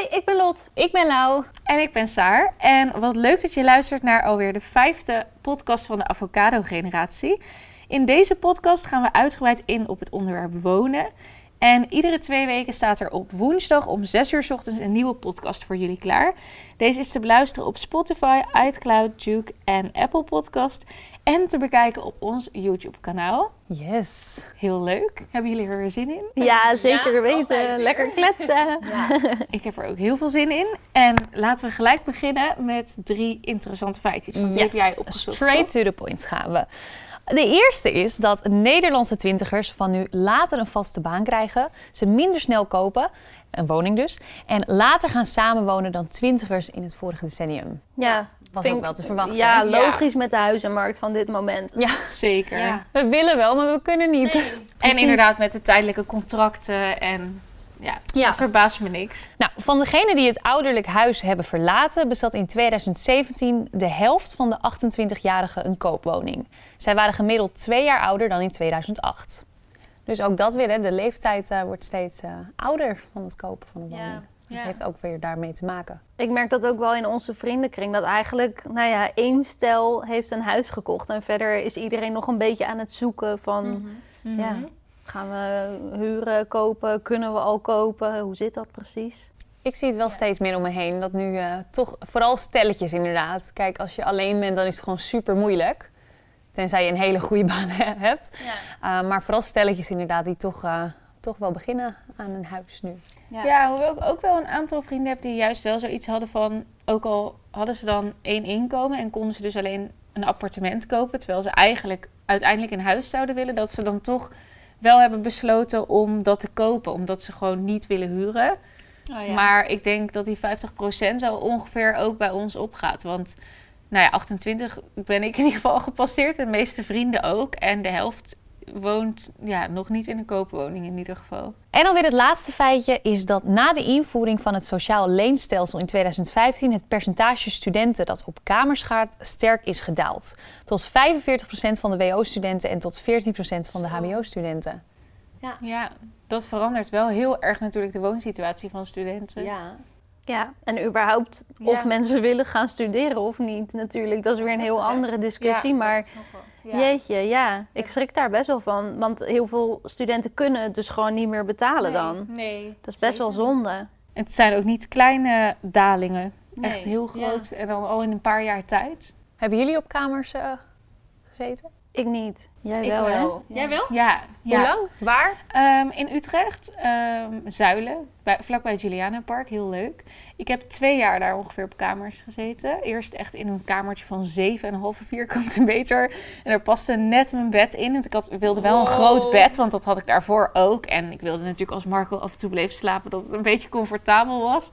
Hoi, ik ben Lot. Ik ben Lau. En ik ben Saar. En wat leuk dat je luistert naar alweer de 5e podcast van de Avocado-generatie. In deze podcast gaan we uitgebreid in op het onderwerp wonen. En iedere 2 weken staat er op woensdag om 6 uur 's ochtends een nieuwe podcast voor jullie klaar. Deze is te beluisteren op Spotify, iCloud, Juke en Apple Podcast. En te bekijken op ons YouTube-kanaal. Yes. Heel leuk. Hebben jullie er weer zin in? Ja, zeker weten. Lekker kletsen. Ja. Ik heb er ook heel veel zin in. En laten we gelijk beginnen met 3 interessante feitjes. Want die heb jij opgezocht. Straight to the point gaan we. De eerste is dat Nederlandse twintigers van nu later een vaste baan krijgen. Ze minder snel kopen, een woning dus. En later gaan samenwonen dan twintigers in het vorige decennium. Ja. Was ook wel te verwachten. Ja, logisch met de huizenmarkt van dit moment. Ja, zeker. Ja. We willen wel, maar we kunnen niet. Nee. En inderdaad met de tijdelijke contracten en dat verbaast me niks. Nou, van degenen die het ouderlijk huis hebben verlaten, bezat in 2017 de helft van de 28-jarigen een koopwoning. Zij waren gemiddeld 2 jaar ouder dan in 2008. Dus ook dat weer, de leeftijd wordt steeds ouder van het kopen van een woning. Ja. Dat heeft ook weer daarmee te maken. Ik merk dat ook wel in onze vriendenkring. Dat eigenlijk, 1 stel heeft een huis gekocht. En verder is iedereen nog een beetje aan het zoeken van... gaan we huren, kopen? Kunnen we al kopen? Hoe zit dat precies? Ik zie het wel steeds meer om me heen. Dat nu toch, vooral stelletjes inderdaad. Kijk, als je alleen bent, dan is het gewoon super moeilijk. Tenzij je een hele goede baan hebt. Ja. Maar vooral stelletjes inderdaad die toch wel beginnen aan een huis nu. Ja, hoewel ik ook wel een aantal vrienden heb die juist wel zoiets hadden van... Ook al hadden ze dan 1 inkomen en konden ze dus alleen een appartement kopen... terwijl ze eigenlijk uiteindelijk een huis zouden willen... dat ze dan toch wel hebben besloten om dat te kopen. Omdat ze gewoon niet willen huren. Oh ja. Maar ik denk dat die 50% zo ongeveer ook bij ons opgaat. Want 28 ben ik in ieder geval gepasseerd. En de meeste vrienden ook. En de helft woont nog niet in een koopwoning in ieder geval. En alweer het laatste feitje is dat na de invoering van het sociaal leenstelsel in 2015... het percentage studenten dat op kamers gaat sterk is gedaald. Tot 45% van de WO-studenten en tot 14% van de HBO-studenten. Ja, dat verandert wel heel erg natuurlijk de woonsituatie van studenten. Ja, en überhaupt of mensen willen gaan studeren of niet natuurlijk. Dat is weer een heel andere discussie, maar... Jeetje, ik schrik daar best wel van. Want heel veel studenten kunnen het dus gewoon niet meer betalen dan. Nee. Dat is best wel zonde. Het zijn ook niet kleine dalingen. Nee. Echt heel groot. En dan al in een paar jaar tijd. Hebben jullie op kamers gezeten? Ik niet. Jij wel, hè? Ja. Jij wel? Ja. Hoe lang? Waar? In Utrecht. Zuilen. Vlakbij het Julianenpark. Heel leuk. Ik heb 2 jaar daar ongeveer op kamers gezeten. Eerst echt in een kamertje van 7,5 vierkante meter. En daar paste net mijn bed in. Want ik wilde wel een groot bed. Want dat had ik daarvoor ook. En ik wilde natuurlijk als Marco af en toe bleef slapen... dat het een beetje comfortabel was.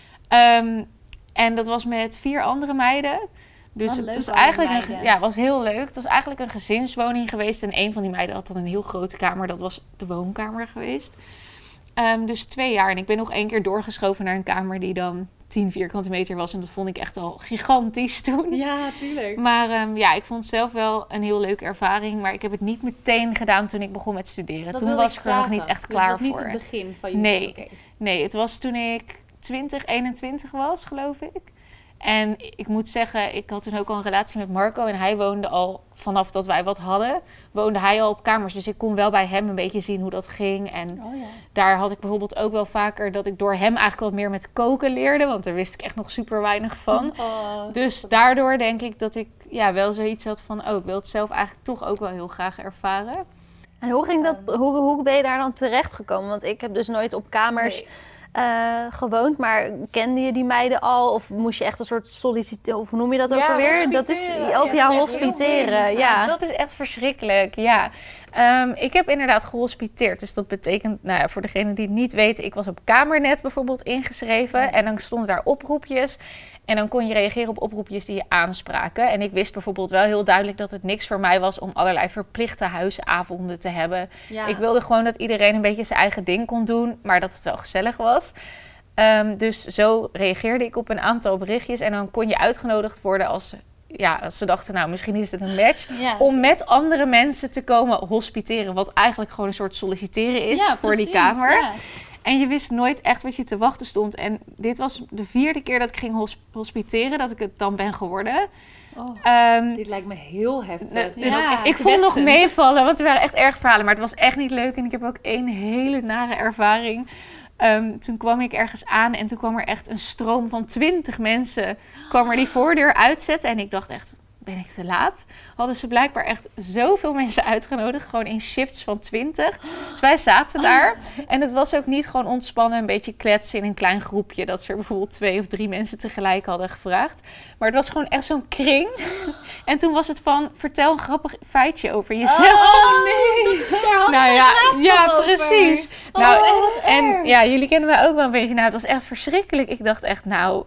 En dat was met 4 andere meiden... Dus het was eigenlijk was heel leuk. Het was eigenlijk een gezinswoning geweest. En een van die meiden had dan een heel grote kamer. Dat was de woonkamer geweest. Dus 2 jaar. En ik ben nog 1 keer doorgeschoven naar een kamer die dan 10 vierkante meter was. En dat vond ik echt al gigantisch toen. Ja, tuurlijk. Maar ik vond het zelf wel een heel leuke ervaring. Maar ik heb het niet meteen gedaan toen ik begon met studeren. Toen was ik er nog niet echt klaar voor. Dus het was niet het begin van je... Nee, het was toen ik 21 was, geloof ik. En ik moet zeggen, ik had toen ook al een relatie met Marco. En hij woonde al, vanaf dat wij wat hadden, woonde hij al op kamers. Dus ik kon wel bij hem een beetje zien hoe dat ging. En daar had ik bijvoorbeeld ook wel vaker dat ik door hem eigenlijk wat meer met koken leerde. Want daar wist ik echt nog super weinig van. Dus daardoor denk ik dat ik wel zoiets had van... ik wil het zelf eigenlijk toch ook wel heel graag ervaren. En hoe ging dat? Hoe ben je daar dan terecht gekomen? Want ik heb dus nooit op kamers... gewoond, maar kende je die meiden al? Of moest je echt een soort solliciteren? Of hoe noem je dat ook alweer? Dat is hospiteren. Ja, dat is echt verschrikkelijk. Ja. Ik heb inderdaad gehospiteerd. Dus dat betekent, voor degenen die het niet weten... ik was op Kamernet bijvoorbeeld ingeschreven. En dan stonden daar oproepjes. En dan kon je reageren op oproepjes die je aanspraken. En ik wist bijvoorbeeld wel heel duidelijk dat het niks voor mij was... om allerlei verplichte huisavonden te hebben. Ja. Ik wilde gewoon dat iedereen een beetje zijn eigen ding kon doen... maar dat het wel gezellig was. Dus zo reageerde ik op een aantal berichtjes... en dan kon je uitgenodigd worden als ze dachten... misschien is het een match... om met andere mensen te komen hospiteren... wat eigenlijk gewoon een soort solliciteren is voor die kamer... Ja. En je wist nooit echt wat je te wachten stond. En dit was de 4e keer dat ik ging hospiteren, dat ik het dan ben geworden. Dit lijkt me heel heftig. Ik vond nog meevallen, want er waren echt erg verhalen. Maar het was echt niet leuk. En ik heb ook 1 hele nare ervaring. Toen kwam ik ergens aan en toen kwam er echt een stroom van 20 mensen. Kwam er die voordeur uitzetten en ik dacht echt, ben ik te laat? Hadden ze blijkbaar echt zoveel mensen uitgenodigd. Gewoon in shifts van 20. Dus wij zaten daar. En het was ook niet gewoon ontspannen, een beetje kletsen in een klein groepje. Dat ze er bijvoorbeeld 2 of 3 mensen tegelijk hadden gevraagd. Maar het was gewoon echt zo'n kring. En toen was het van, vertel een grappig feitje over jezelf. Oh nee, nou ja, precies. En ja, jullie kennen mij ook wel een beetje. Nou, het was echt verschrikkelijk. Ik dacht echt, nou,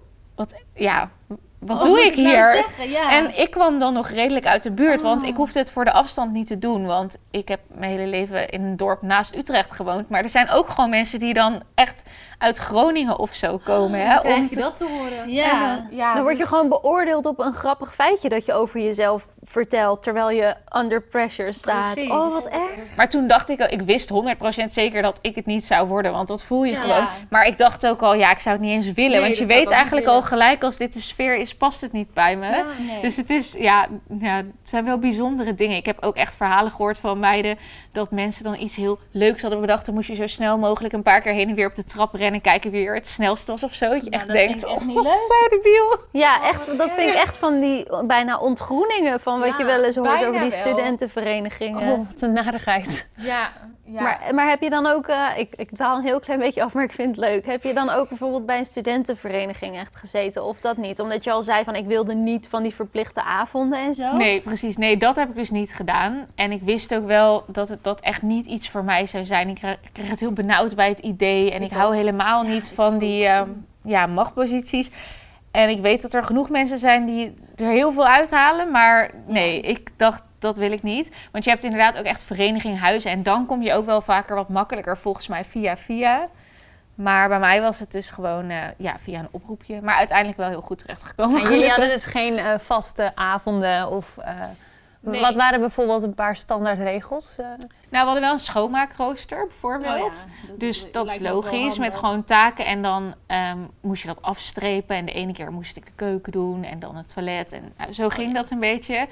wat doe ik hier? En ik kwam dan nog redelijk uit de buurt, want ik hoefde het voor de afstand niet te doen. Want ik heb mijn hele leven in een dorp naast Utrecht gewoond. Maar er zijn ook gewoon mensen die dan echt uit Groningen of zo komen. Hè, krijg je dat te horen? Ja, dan word je gewoon beoordeeld op een grappig feitje dat je over jezelf vertelt, terwijl je under pressure staat. Precies. Oh, wat erg. Maar toen dacht ik wist 100% zeker dat ik het niet zou worden, want dat voel je gewoon. Maar ik dacht ook al, ik zou het niet eens willen. Want je weet eigenlijk al gelijk, als dit de sfeer is, past het niet bij me. Ja, nee. Dus het is, het zijn wel bijzondere dingen. Ik heb ook echt verhalen gehoord van meiden dat mensen dan iets heel leuks hadden bedacht. Dan moest je zo snel mogelijk een paar keer heen en weer op de trap rennen, kijken wie er het snelst was of zo. Dat je echt denkt, zo debiel. Ja, echt, dat vind ik echt van die bijna ontgroeningen van wat je wel eens hoort over die studentenverenigingen. Oh, wat een narigheid. Ja. Maar heb je dan ook, ik dwaal een heel klein beetje af, maar ik vind het leuk. Heb je dan ook bijvoorbeeld bij een studentenvereniging echt gezeten of dat niet? Omdat je al zei van ik wilde niet van die verplichte avonden en zo. Nee, precies. Nee, dat heb ik dus niet gedaan. En ik wist ook wel dat dat echt niet iets voor mij zou zijn. Ik kreeg het heel benauwd bij het idee. En ik hou helemaal niet van die machtposities. En ik weet dat er genoeg mensen zijn die er heel veel uithalen. Maar nee, ik dacht, dat wil ik niet. Want je hebt inderdaad ook echt vereniging huizen. En dan kom je ook wel vaker wat makkelijker volgens mij via. Maar bij mij was het dus gewoon via een oproepje. Maar uiteindelijk wel heel goed terechtgekomen. En jullie hadden dus geen vaste avonden of... Nee. Wat waren bijvoorbeeld een paar standaardregels? Nou, we hadden wel een schoonmaakrooster bijvoorbeeld. Dus dat is logisch, met gewoon taken. En dan moest je dat afstrepen. En de ene keer moest ik de keuken doen en dan het toilet. En zo ging dat een beetje.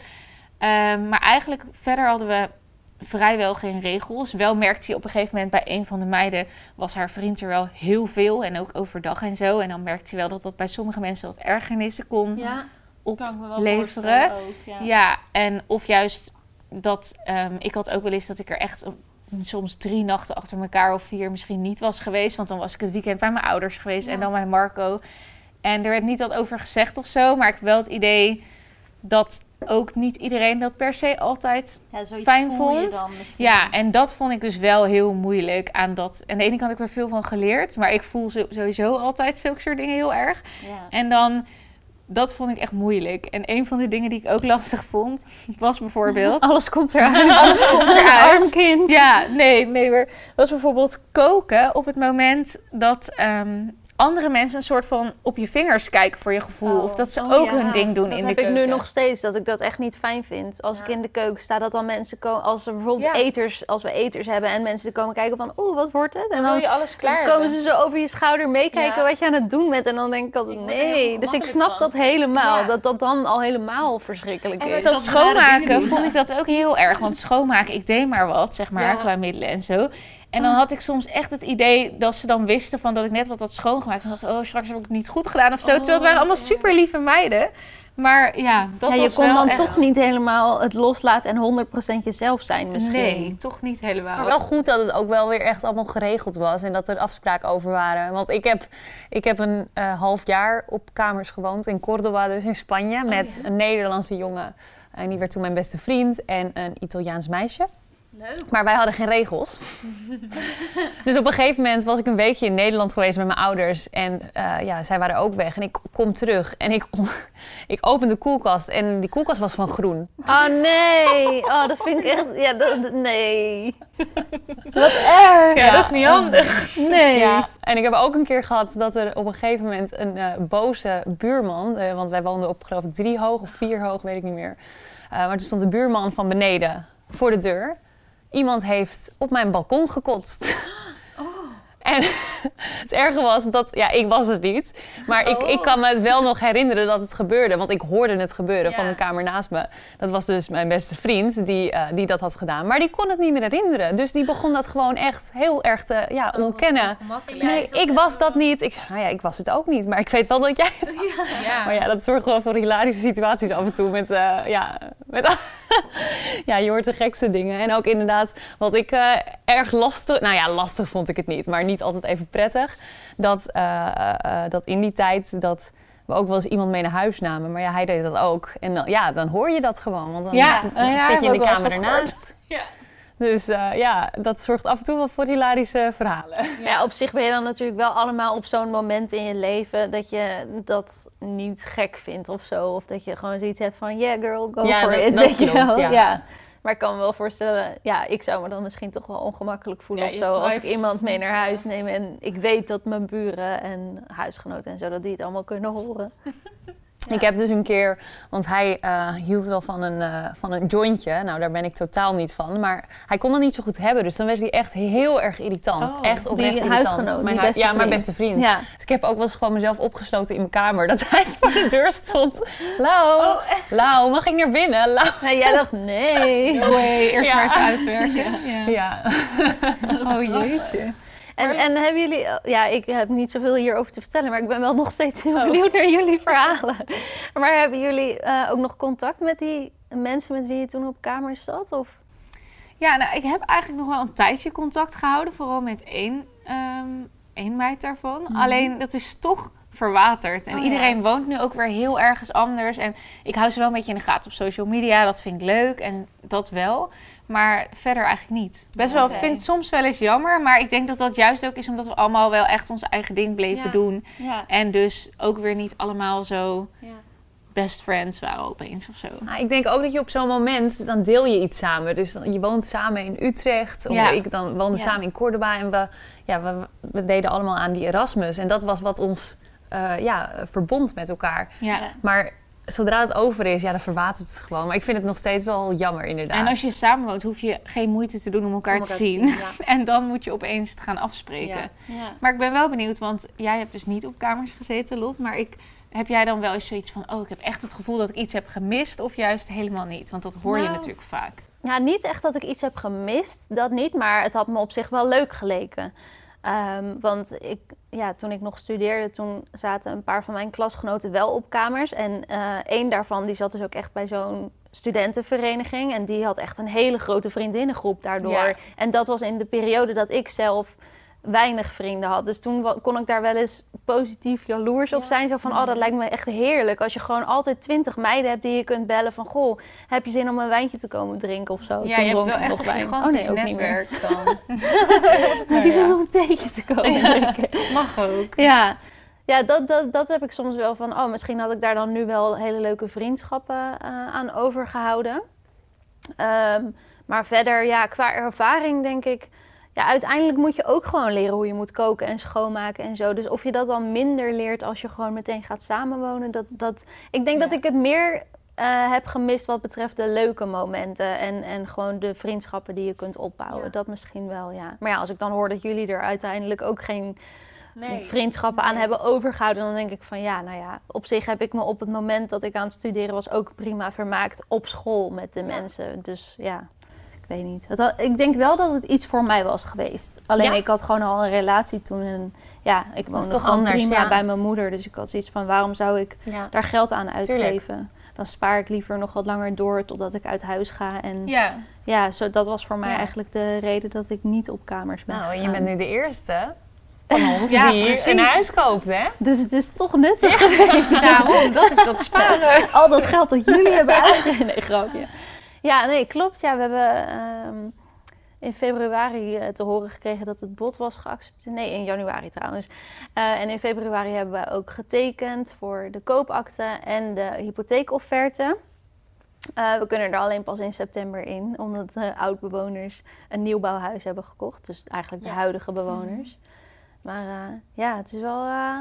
Maar eigenlijk verder hadden we vrijwel geen regels. Wel merkte je op een gegeven moment bij een van de meiden... was haar vriend er wel heel veel en ook overdag en zo. En dan merkte je wel dat dat bij sommige mensen wat ergernissen kon opleveren. Ja, en of juist dat... ik had ook wel eens dat ik er echt soms 3 nachten achter elkaar of 4 misschien niet was geweest. Want dan was ik het weekend bij mijn ouders geweest en dan bij Marco. En er werd niet wat over gezegd of zo. Maar ik heb wel het idee dat ook niet iedereen dat per se altijd fijn vond. Ja, en dat vond ik dus wel heel moeilijk aan dat. En aan de ene kant heb ik er veel van geleerd. Maar ik voel sowieso altijd zulke soort dingen heel erg. Ja. En dan... Dat vond ik echt moeilijk. En een van de dingen die ik ook lastig vond, was bijvoorbeeld... Alles komt eruit. Alles komt eruit. Arm kind. Ja, nee. Maar was bijvoorbeeld koken op het moment dat andere mensen een soort van op je vingers kijken voor je gevoel. Of dat ze ook hun ding doen in de keuken. Dat heb ik nu nog steeds, dat ik dat echt niet fijn vind. Als ik in de keuken sta, dat dan mensen komen... Als er bijvoorbeeld als we eters hebben en mensen komen kijken van... wat wordt het? En dan wil je alles klaar komen ze zo over je schouder meekijken wat je aan het doen bent. En dan denk ik altijd, nee. Dus ik snap dat helemaal. Ja. Dat dan al helemaal verschrikkelijk is. En dat schoonmaken vond ik dat ook heel erg. Want schoonmaken, ik deed maar wat, zeg maar, qua middelen en zo. En dan had ik soms echt het idee dat ze dan wisten van dat ik net wat had schoongemaakt. En dacht, straks heb ik het niet goed gedaan of zo. Terwijl het waren allemaal super lieve meiden. Maar dat was je kon wel dan echt... toch niet helemaal het loslaten en 100% jezelf zijn misschien. Nee, toch niet helemaal. Maar wel goed dat het ook wel weer echt allemaal geregeld was. En dat er afspraken over waren. Want ik heb een half jaar op kamers gewoond in Córdoba, dus in Spanje. Met een Nederlandse jongen. En die werd toen mijn beste vriend. En een Italiaans meisje. Leuk. Maar wij hadden geen regels. Dus op een gegeven moment was ik een weekje in Nederland geweest met mijn ouders. En zij waren ook weg. En ik kom terug en ik open de koelkast. En die koelkast was van groen. Oh nee. Oh, dat vind ik echt... Ja, nee. Wat erg. Ja, dat is niet handig. Nee. Ja. En ik heb ook een keer gehad dat er op een gegeven moment een boze buurman... want wij woonden op geloof ik 3 hoog of 4 hoog, weet ik niet meer. Maar toen stond de buurman van beneden voor de deur... Iemand heeft op mijn balkon gekotst. En het erge was dat, ja, ik was het niet. Maar ik kan me het wel nog herinneren dat het gebeurde. Want ik hoorde het gebeuren van de kamer naast me. Dat was dus mijn beste vriend die dat had gedaan. Maar die kon het niet meer herinneren. Dus die begon dat gewoon echt heel erg te ontkennen. Nee, ik was dat niet. Ik zei, nou ja, ik was het ook niet. Maar ik weet wel dat jij het was. Ja. Maar ja, dat zorgt gewoon voor hilarische situaties af en toe. Met ja, je hoort de gekste dingen. En ook inderdaad, wat ik erg lastig... Nou ja, lastig vond ik het niet. Maar niet altijd even prettig. Dat in die tijd dat we ook wel eens iemand mee naar huis namen. Maar ja, hij deed dat ook. En dan hoor je dat gewoon. Want dan zit je in de kamer ernaast. Ja. Dus dat zorgt af en toe wel voor hilarische verhalen. Ja, op zich ben je dan natuurlijk wel allemaal op zo'n moment in je leven dat je dat niet gek vindt of zo. Of dat je gewoon zoiets hebt van, yeah girl, go for it. Dat klopt, ja. Maar ik kan me wel voorstellen, ik zou me dan misschien toch wel ongemakkelijk voelen of zo. Als ik iemand mee naar huis neem en ik weet dat mijn buren en huisgenoten en zo, dat die het allemaal kunnen horen. Ja. Ik heb dus een keer, want hij hield wel van een jointje. Nou, daar ben ik totaal niet van. Maar hij kon dat niet zo goed hebben. Dus dan werd hij echt heel erg irritant. Echt oprecht irritant. Huisgenoot, mijn beste vriend. Ja. Dus ik heb ook wel eens gewoon mezelf opgesloten in mijn kamer. Dat hij voor de deur stond. Lau, mag ik naar binnen? Lau. Nee, jij dacht, nee. Eerst maar even uitwerken. Ja. Oh jeetje. En hebben jullie... Ja, ik heb niet zoveel hierover te vertellen, maar ik ben wel nog steeds heel benieuwd naar jullie verhalen. Maar hebben jullie ook nog contact met die mensen met wie je toen op kamer zat? Of? Ja, nou, ik heb eigenlijk nog wel een tijdje contact gehouden, vooral met één meid daarvan. Alleen, dat is toch verwaterd. En iedereen woont nu ook weer heel ergens anders. En ik hou ze wel een beetje in de gaten op social media. Dat vind ik leuk en dat wel. Maar verder eigenlijk niet. Best wel, vind het soms wel eens jammer. Maar ik denk dat dat juist ook is omdat we allemaal wel echt ons eigen ding bleven doen. Ja. En dus ook weer niet allemaal zo best friends waren opeens of zo. Nou, ik denk ook dat je op zo'n moment, dan deel je iets samen. Dus je woont samen in Utrecht. Of ik dan woonde samen in Córdoba. En we deden allemaal aan die Erasmus. En dat was wat ons verbond met elkaar. Ja. Maar zodra het over is, dan verwatert het gewoon. Maar ik vind het nog steeds wel jammer, inderdaad. En als je samen woont, hoef je geen moeite te doen om elkaar te zien. En dan moet je opeens het gaan afspreken. Ja. Ja. Maar ik ben wel benieuwd, want jij hebt dus niet op kamers gezeten, Lot. Maar heb jij dan wel eens zoiets van, ik heb echt het gevoel dat ik iets heb gemist? Of juist helemaal niet? Want dat hoor je natuurlijk vaak. Ja, niet echt dat ik iets heb gemist, dat niet. Maar het had me op zich wel leuk geleken. Want toen ik nog studeerde, toen zaten een paar van mijn klasgenoten wel op kamers. En één daarvan die zat dus ook echt bij zo'n studentenvereniging. En die had echt een hele grote vriendinnengroep daardoor. Ja. En dat was in de periode dat ik zelf weinig vrienden had. Dus toen kon ik daar wel eens positief jaloers op zijn. Zo van, dat lijkt me echt heerlijk. Als je gewoon altijd 20 meiden hebt die je kunt bellen van, goh, heb je zin om een wijntje te komen drinken of zo? Ja, toen je hebt wel echt een gigantisch netwerk dan. Heb je zin om een theetje te komen drinken? Mag ook. Ja, dat heb ik soms wel van, misschien had ik daar dan nu wel hele leuke vriendschappen aan overgehouden. Maar verder, qua ervaring denk ik, uiteindelijk moet je ook gewoon leren hoe je moet koken en schoonmaken en zo. Dus of je dat dan minder leert als je gewoon meteen gaat samenwonen, ik denk dat ik het meer heb gemist wat betreft de leuke momenten en gewoon de vriendschappen die je kunt opbouwen. Ja. Dat misschien wel, ja. Maar als ik dan hoor dat jullie er uiteindelijk ook geen vriendschappen aan hebben overgehouden, dan denk ik van op zich heb ik me op het moment dat ik aan het studeren was ook prima vermaakt op school met de mensen. Dus ik weet niet. Ik denk wel dat het iets voor mij was geweest. Alleen ik had gewoon al een relatie toen. En ik woonde toch anders prima bij mijn moeder. Dus ik had zoiets van, waarom zou ik daar geld aan uitgeven? Tuurlijk. Dan spaar ik liever nog wat langer door totdat ik uit huis ga. En dat was voor mij eigenlijk de reden dat ik niet op kamers ben gegaan. En je bent nu de eerste van ons die een huis koopt, hè? Dus het is toch nuttig geweest. Daarom, dat is dat sparen. Al dat geld dat jullie hebben uitgegeven. Nee, grapje. Ja, nee, klopt. Ja, we hebben in februari te horen gekregen dat het bod was geaccepteerd. Nee, in januari trouwens. En in februari hebben we ook getekend voor de koopakte en de hypotheekofferte. We kunnen er alleen pas in september in, omdat de oud-bewoners een nieuwbouwhuis hebben gekocht. Dus eigenlijk de huidige bewoners. Maar het is wel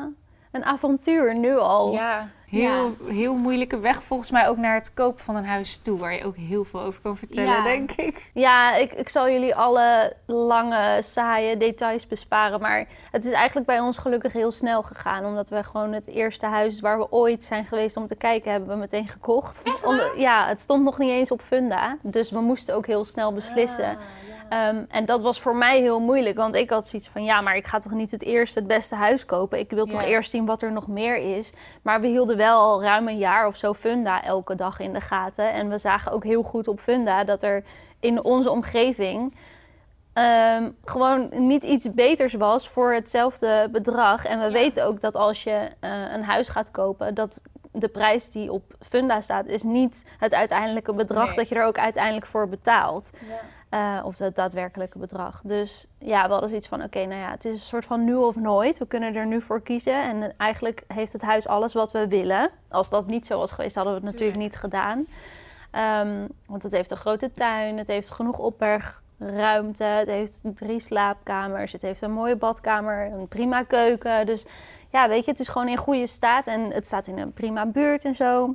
een avontuur nu al. Ja, heel moeilijke weg volgens mij ook naar het kopen van een huis toe. Waar je ook heel veel over kan vertellen, denk ik. Ja, ik zal jullie alle lange, saaie details besparen. Maar het is eigenlijk bij ons gelukkig heel snel gegaan. Omdat we gewoon het eerste huis waar we ooit zijn geweest om te kijken, hebben we meteen gekocht. Het stond nog niet eens op Funda. Dus we moesten ook heel snel beslissen. En dat was voor mij heel moeilijk, want ik had zoiets van... ja, maar ik ga toch niet het beste huis kopen? Ik wil toch eerst zien wat er nog meer is? Maar we hielden wel al ruim een jaar of zo Funda elke dag in de gaten. En we zagen ook heel goed op Funda dat er in onze omgeving... gewoon niet iets beters was voor hetzelfde bedrag. En we weten ook dat als je een huis gaat kopen... dat de prijs die op Funda staat is niet het uiteindelijke bedrag... dat je er ook uiteindelijk voor betaalt. Of het daadwerkelijke bedrag. Dus ja, we hadden zoiets van... oké, het is een soort van nu of nooit. We kunnen er nu voor kiezen. En eigenlijk heeft het huis alles wat we willen. Als dat niet zo was geweest, hadden we het natuurlijk niet gedaan. Want het heeft een grote tuin. Het heeft genoeg opbergruimte. Het heeft 3 slaapkamers. Het heeft een mooie badkamer. Een prima keuken. Dus ja, weet je, het is gewoon in goede staat. En het staat in een prima buurt en zo.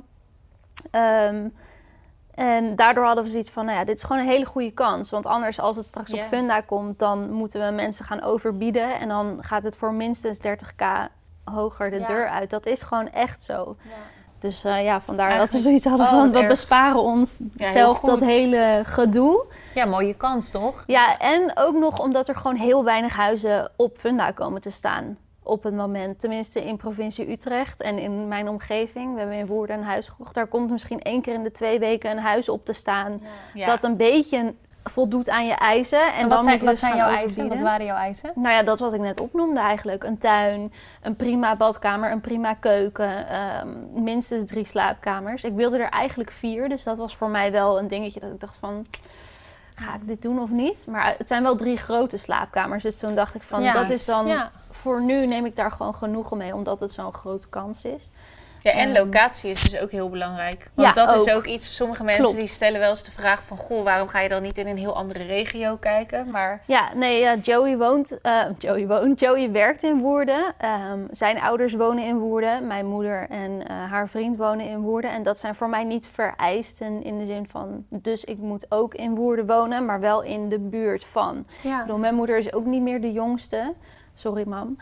En daardoor hadden we zoiets van, dit is gewoon een hele goede kans. Want anders, als het straks op Funda komt, dan moeten we mensen gaan overbieden. En dan gaat het voor minstens 30.000 hoger de deur uit. Dat is gewoon echt zo. Ja. Dus vandaar dat we zoiets hadden van, we besparen ons zelf dat hele gedoe. Ja, mooie kans toch? Ja, en ook nog omdat er gewoon heel weinig huizen op Funda komen te staan. Op het moment, tenminste in provincie Utrecht en in mijn omgeving. We hebben in Woerden een huis gekocht. Daar komt misschien 1 keer in de 2 weken een huis op te staan. Ja. Dat een beetje voldoet aan je eisen. En wat zijn jouw eisen? Wat waren jouw eisen? Nou ja, dat wat ik net opnoemde eigenlijk. Een tuin, een prima badkamer, een prima keuken. Minstens 3 slaapkamers. Ik wilde er eigenlijk 4. Dus dat was voor mij wel een dingetje dat ik dacht van... ga ik dit doen of niet? Maar het zijn wel 3 grote slaapkamers. Dus toen dacht ik van, dat is dan... Voor nu neem ik daar gewoon genoegen mee, omdat het zo'n grote kans is. Ja, en locatie is dus ook heel belangrijk. Want dat is ook iets... Sommige mensen die stellen wel eens de vraag van... goh, waarom ga je dan niet in een heel andere regio kijken? Maar... Joey werkt in Woerden. Zijn ouders wonen in Woerden. Mijn moeder en haar vriend wonen in Woerden. En dat zijn voor mij niet vereisten in de zin van... dus ik moet ook in Woerden wonen, maar wel in de buurt van. Ja. Ik bedoel, mijn moeder is ook niet meer de jongste... Sorry, mam.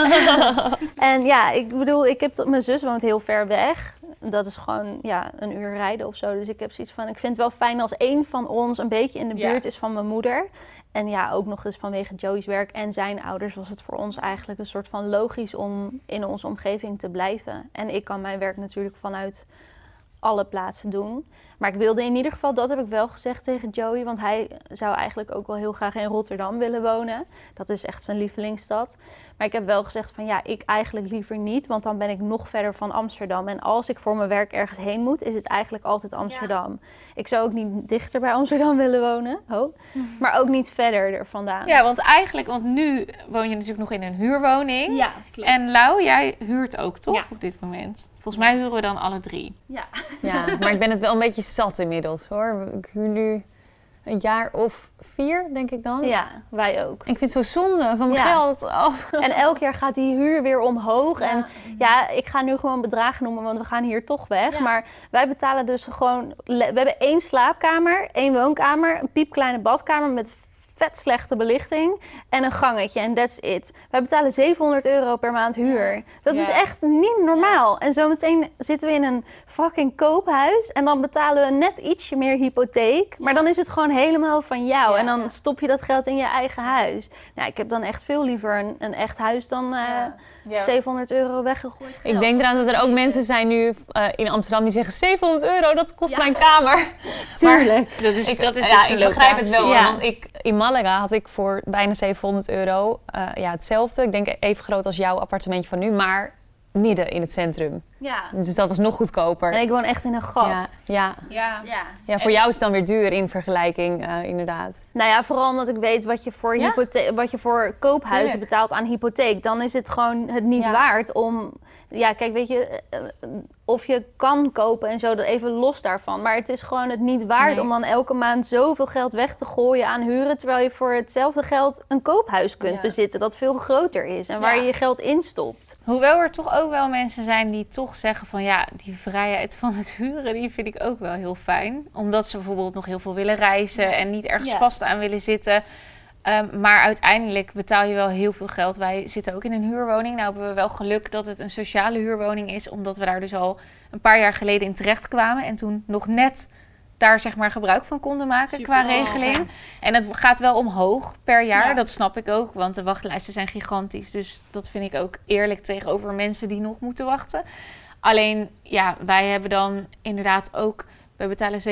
En ik bedoel, mijn zus woont heel ver weg. Dat is gewoon, een uur rijden of zo. Dus ik heb zoiets van, ik vind het wel fijn als één van ons een beetje in de buurt is van mijn moeder. En ook nog eens vanwege Joey's werk en zijn ouders was het voor ons eigenlijk een soort van logisch om in onze omgeving te blijven. En ik kan mijn werk natuurlijk vanuit alle plaatsen doen. Maar ik wilde in ieder geval, dat heb ik wel gezegd tegen Joey... want hij zou eigenlijk ook wel heel graag in Rotterdam willen wonen. Dat is echt zijn lievelingsstad. Maar ik heb wel gezegd van ik eigenlijk liever niet... want dan ben ik nog verder van Amsterdam. En als ik voor mijn werk ergens heen moet, is het eigenlijk altijd Amsterdam. Ja. Ik zou ook niet dichter bij Amsterdam willen wonen, maar ook niet verder er vandaan. Ja, want nu woon je natuurlijk nog in een huurwoning. Ja, klopt. En Lau, jij huurt ook toch op dit moment? Volgens mij huren we dan alle 3. Ja, maar ik ben het wel een beetje zat inmiddels hoor. Ik huur nu een jaar of 4, denk ik dan. Ja, wij ook. Ik vind het zo zonde van mijn geld. Oh. En elk jaar gaat die huur weer omhoog. Ja. En ik ga nu gewoon bedragen noemen, want we gaan hier toch weg. Ja. Maar wij betalen dus gewoon... We hebben 1 slaapkamer, 1 woonkamer, een piepkleine badkamer met vet slechte belichting en een gangetje en that's it. Wij betalen €700 per maand huur. Dat is echt niet normaal. En zometeen zitten we in een fucking koophuis en dan betalen we net ietsje meer hypotheek. Maar dan is het gewoon helemaal van jou. En dan stop je dat geld in je eigen huis. Nou, ik heb dan echt veel liever een echt huis dan €700 weggegooid geld. Ik denk eraan dat er ook mensen zijn nu in Amsterdam die zeggen €700, dat kost mijn kamer. Tuurlijk. Maar, dat is ik begrijp het wel hoor, want in Malaga had ik voor bijna €700 hetzelfde. Ik denk even groot als jouw appartementje van nu, maar midden in het centrum. Ja. Dus dat was nog goedkoper. En ik woon echt in een gat. Ja, voor jou is het dan weer duur in vergelijking, inderdaad. Nou ja, vooral omdat ik weet wat je voor koophuizen betaalt aan hypotheek. Dan is het gewoon het niet waard om... Ja, kijk, weet je, of je kan kopen en zo, dat even los daarvan. Maar het is gewoon het niet waard om dan elke maand zoveel geld weg te gooien aan huren, terwijl je voor hetzelfde geld een koophuis kunt bezitten dat veel groter is en waar je je geld instopt. Hoewel er toch ook wel mensen zijn die toch zeggen van ja, die vrijheid van het huren, die vind ik ook wel heel fijn. Omdat ze bijvoorbeeld nog heel veel willen reizen en niet ergens vast aan willen zitten. Maar uiteindelijk betaal je wel heel veel geld. Wij zitten ook in een huurwoning. Nou hebben we wel geluk dat het een sociale huurwoning is. Omdat we daar dus al een paar jaar geleden in terecht kwamen. En toen nog net daar zeg maar gebruik van konden maken qua regeling. Ja. En het gaat wel omhoog per jaar. Dat snap ik ook. Want de wachtlijsten zijn gigantisch. Dus dat vind ik ook eerlijk tegenover mensen die nog moeten wachten. Alleen, ja, wij hebben dan inderdaad ook... We betalen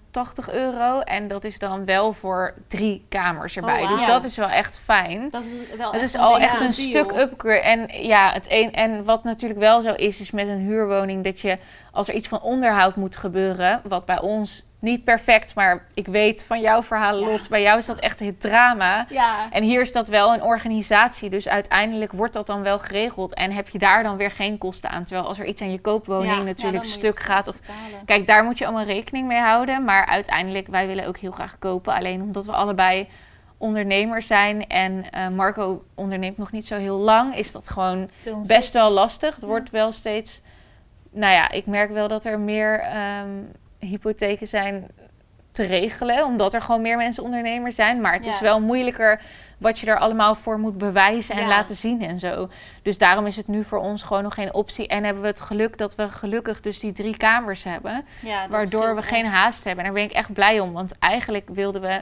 €780 en dat is dan wel voor 3 kamers erbij. Dus dat is wel echt fijn. Dat is wel echt al echt een stuk upgrade. En ja, en wat natuurlijk wel zo is met een huurwoning dat je, als er iets van onderhoud moet gebeuren, wat bij ons niet perfect, maar ik weet van jouw verhalen, Lot, bij jou is dat echt het drama. Ja. En hier is dat wel een organisatie, dus uiteindelijk wordt dat dan wel geregeld en heb je daar dan weer geen kosten aan. Terwijl als er iets aan je koopwoning natuurlijk stuk gaat, of kijk, daar moet je allemaal rekening mee houden. Maar uiteindelijk, wij willen ook heel graag kopen, alleen omdat we allebei ondernemers zijn en Marco onderneemt nog niet zo heel lang, is dat gewoon best wel lastig. Het wordt wel steeds, nou ja, ik merk wel dat er meer hypotheken zijn te regelen, omdat er gewoon meer mensen ondernemers zijn. Maar het is wel moeilijker wat je er allemaal voor moet bewijzen en laten zien en zo. Dus daarom is het nu voor ons gewoon nog geen optie. En hebben we het geluk dat we gelukkig dus die 3 kamers hebben, waardoor we geen haast hebben. En daar ben ik echt blij om, want eigenlijk wilden we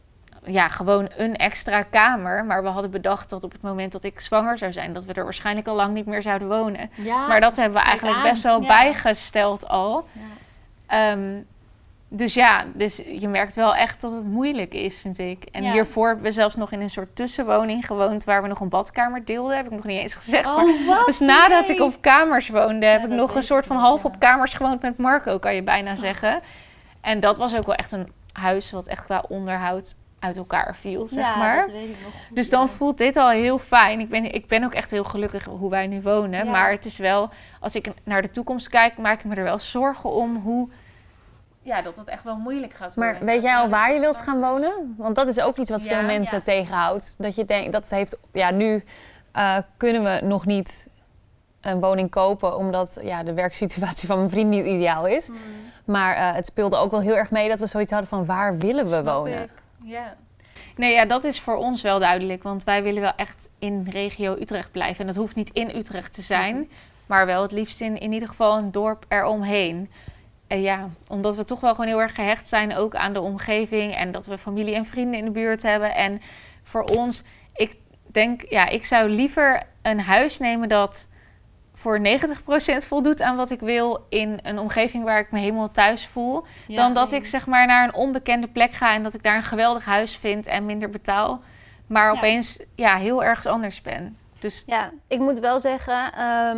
gewoon een extra kamer. Maar we hadden bedacht dat op het moment dat ik zwanger zou zijn, dat we er waarschijnlijk al lang niet meer zouden wonen. Ja, maar dat hebben we eigenlijk best wel bijgesteld al. Ja. Dus je merkt wel echt dat het moeilijk is, vind ik. En hiervoor hebben we zelfs nog in een soort tussenwoning gewoond, waar we nog een badkamer deelden. Heb ik nog niet eens gezegd. Dus nadat ik op kamers woonde, heb ik nog een soort van half op kamers gewoond met Marco, kan je bijna zeggen. En dat was ook wel echt een huis wat echt qua onderhoud uit elkaar viel, zeg maar. Dat weet ik nog goed, dus dan voelt dit al heel fijn. Ik ben ook echt heel gelukkig hoe wij nu wonen. Ja. Maar het is wel, als ik naar de toekomst kijk, maak ik me er wel zorgen om hoe, dat het echt wel moeilijk gaat worden. Maar weet jij al waar je wilt gaan wonen? Want dat is ook iets wat veel mensen tegenhoudt. Dat je denkt, dat heeft, nu kunnen we nog niet een woning kopen, omdat de werksituatie van mijn vriend niet ideaal is. Maar het speelde ook wel heel erg mee dat we zoiets hadden van, waar willen we wonen? Ja. Nee, dat is voor ons wel duidelijk. Want wij willen wel echt in regio Utrecht blijven. En dat hoeft niet in Utrecht te zijn. Maar wel het liefst in ieder geval een dorp eromheen. En omdat we toch wel gewoon heel erg gehecht zijn ook aan de omgeving. En dat we familie en vrienden in de buurt hebben. En voor ons, ik denk, ik zou liever een huis nemen dat voor 90% voldoet aan wat ik wil in een omgeving waar ik me helemaal thuis voel. Dan dat ik zeg maar naar een onbekende plek ga en dat ik daar een geweldig huis vind en minder betaal. Maar opeens heel ergens anders ben. Dus ik moet wel zeggen,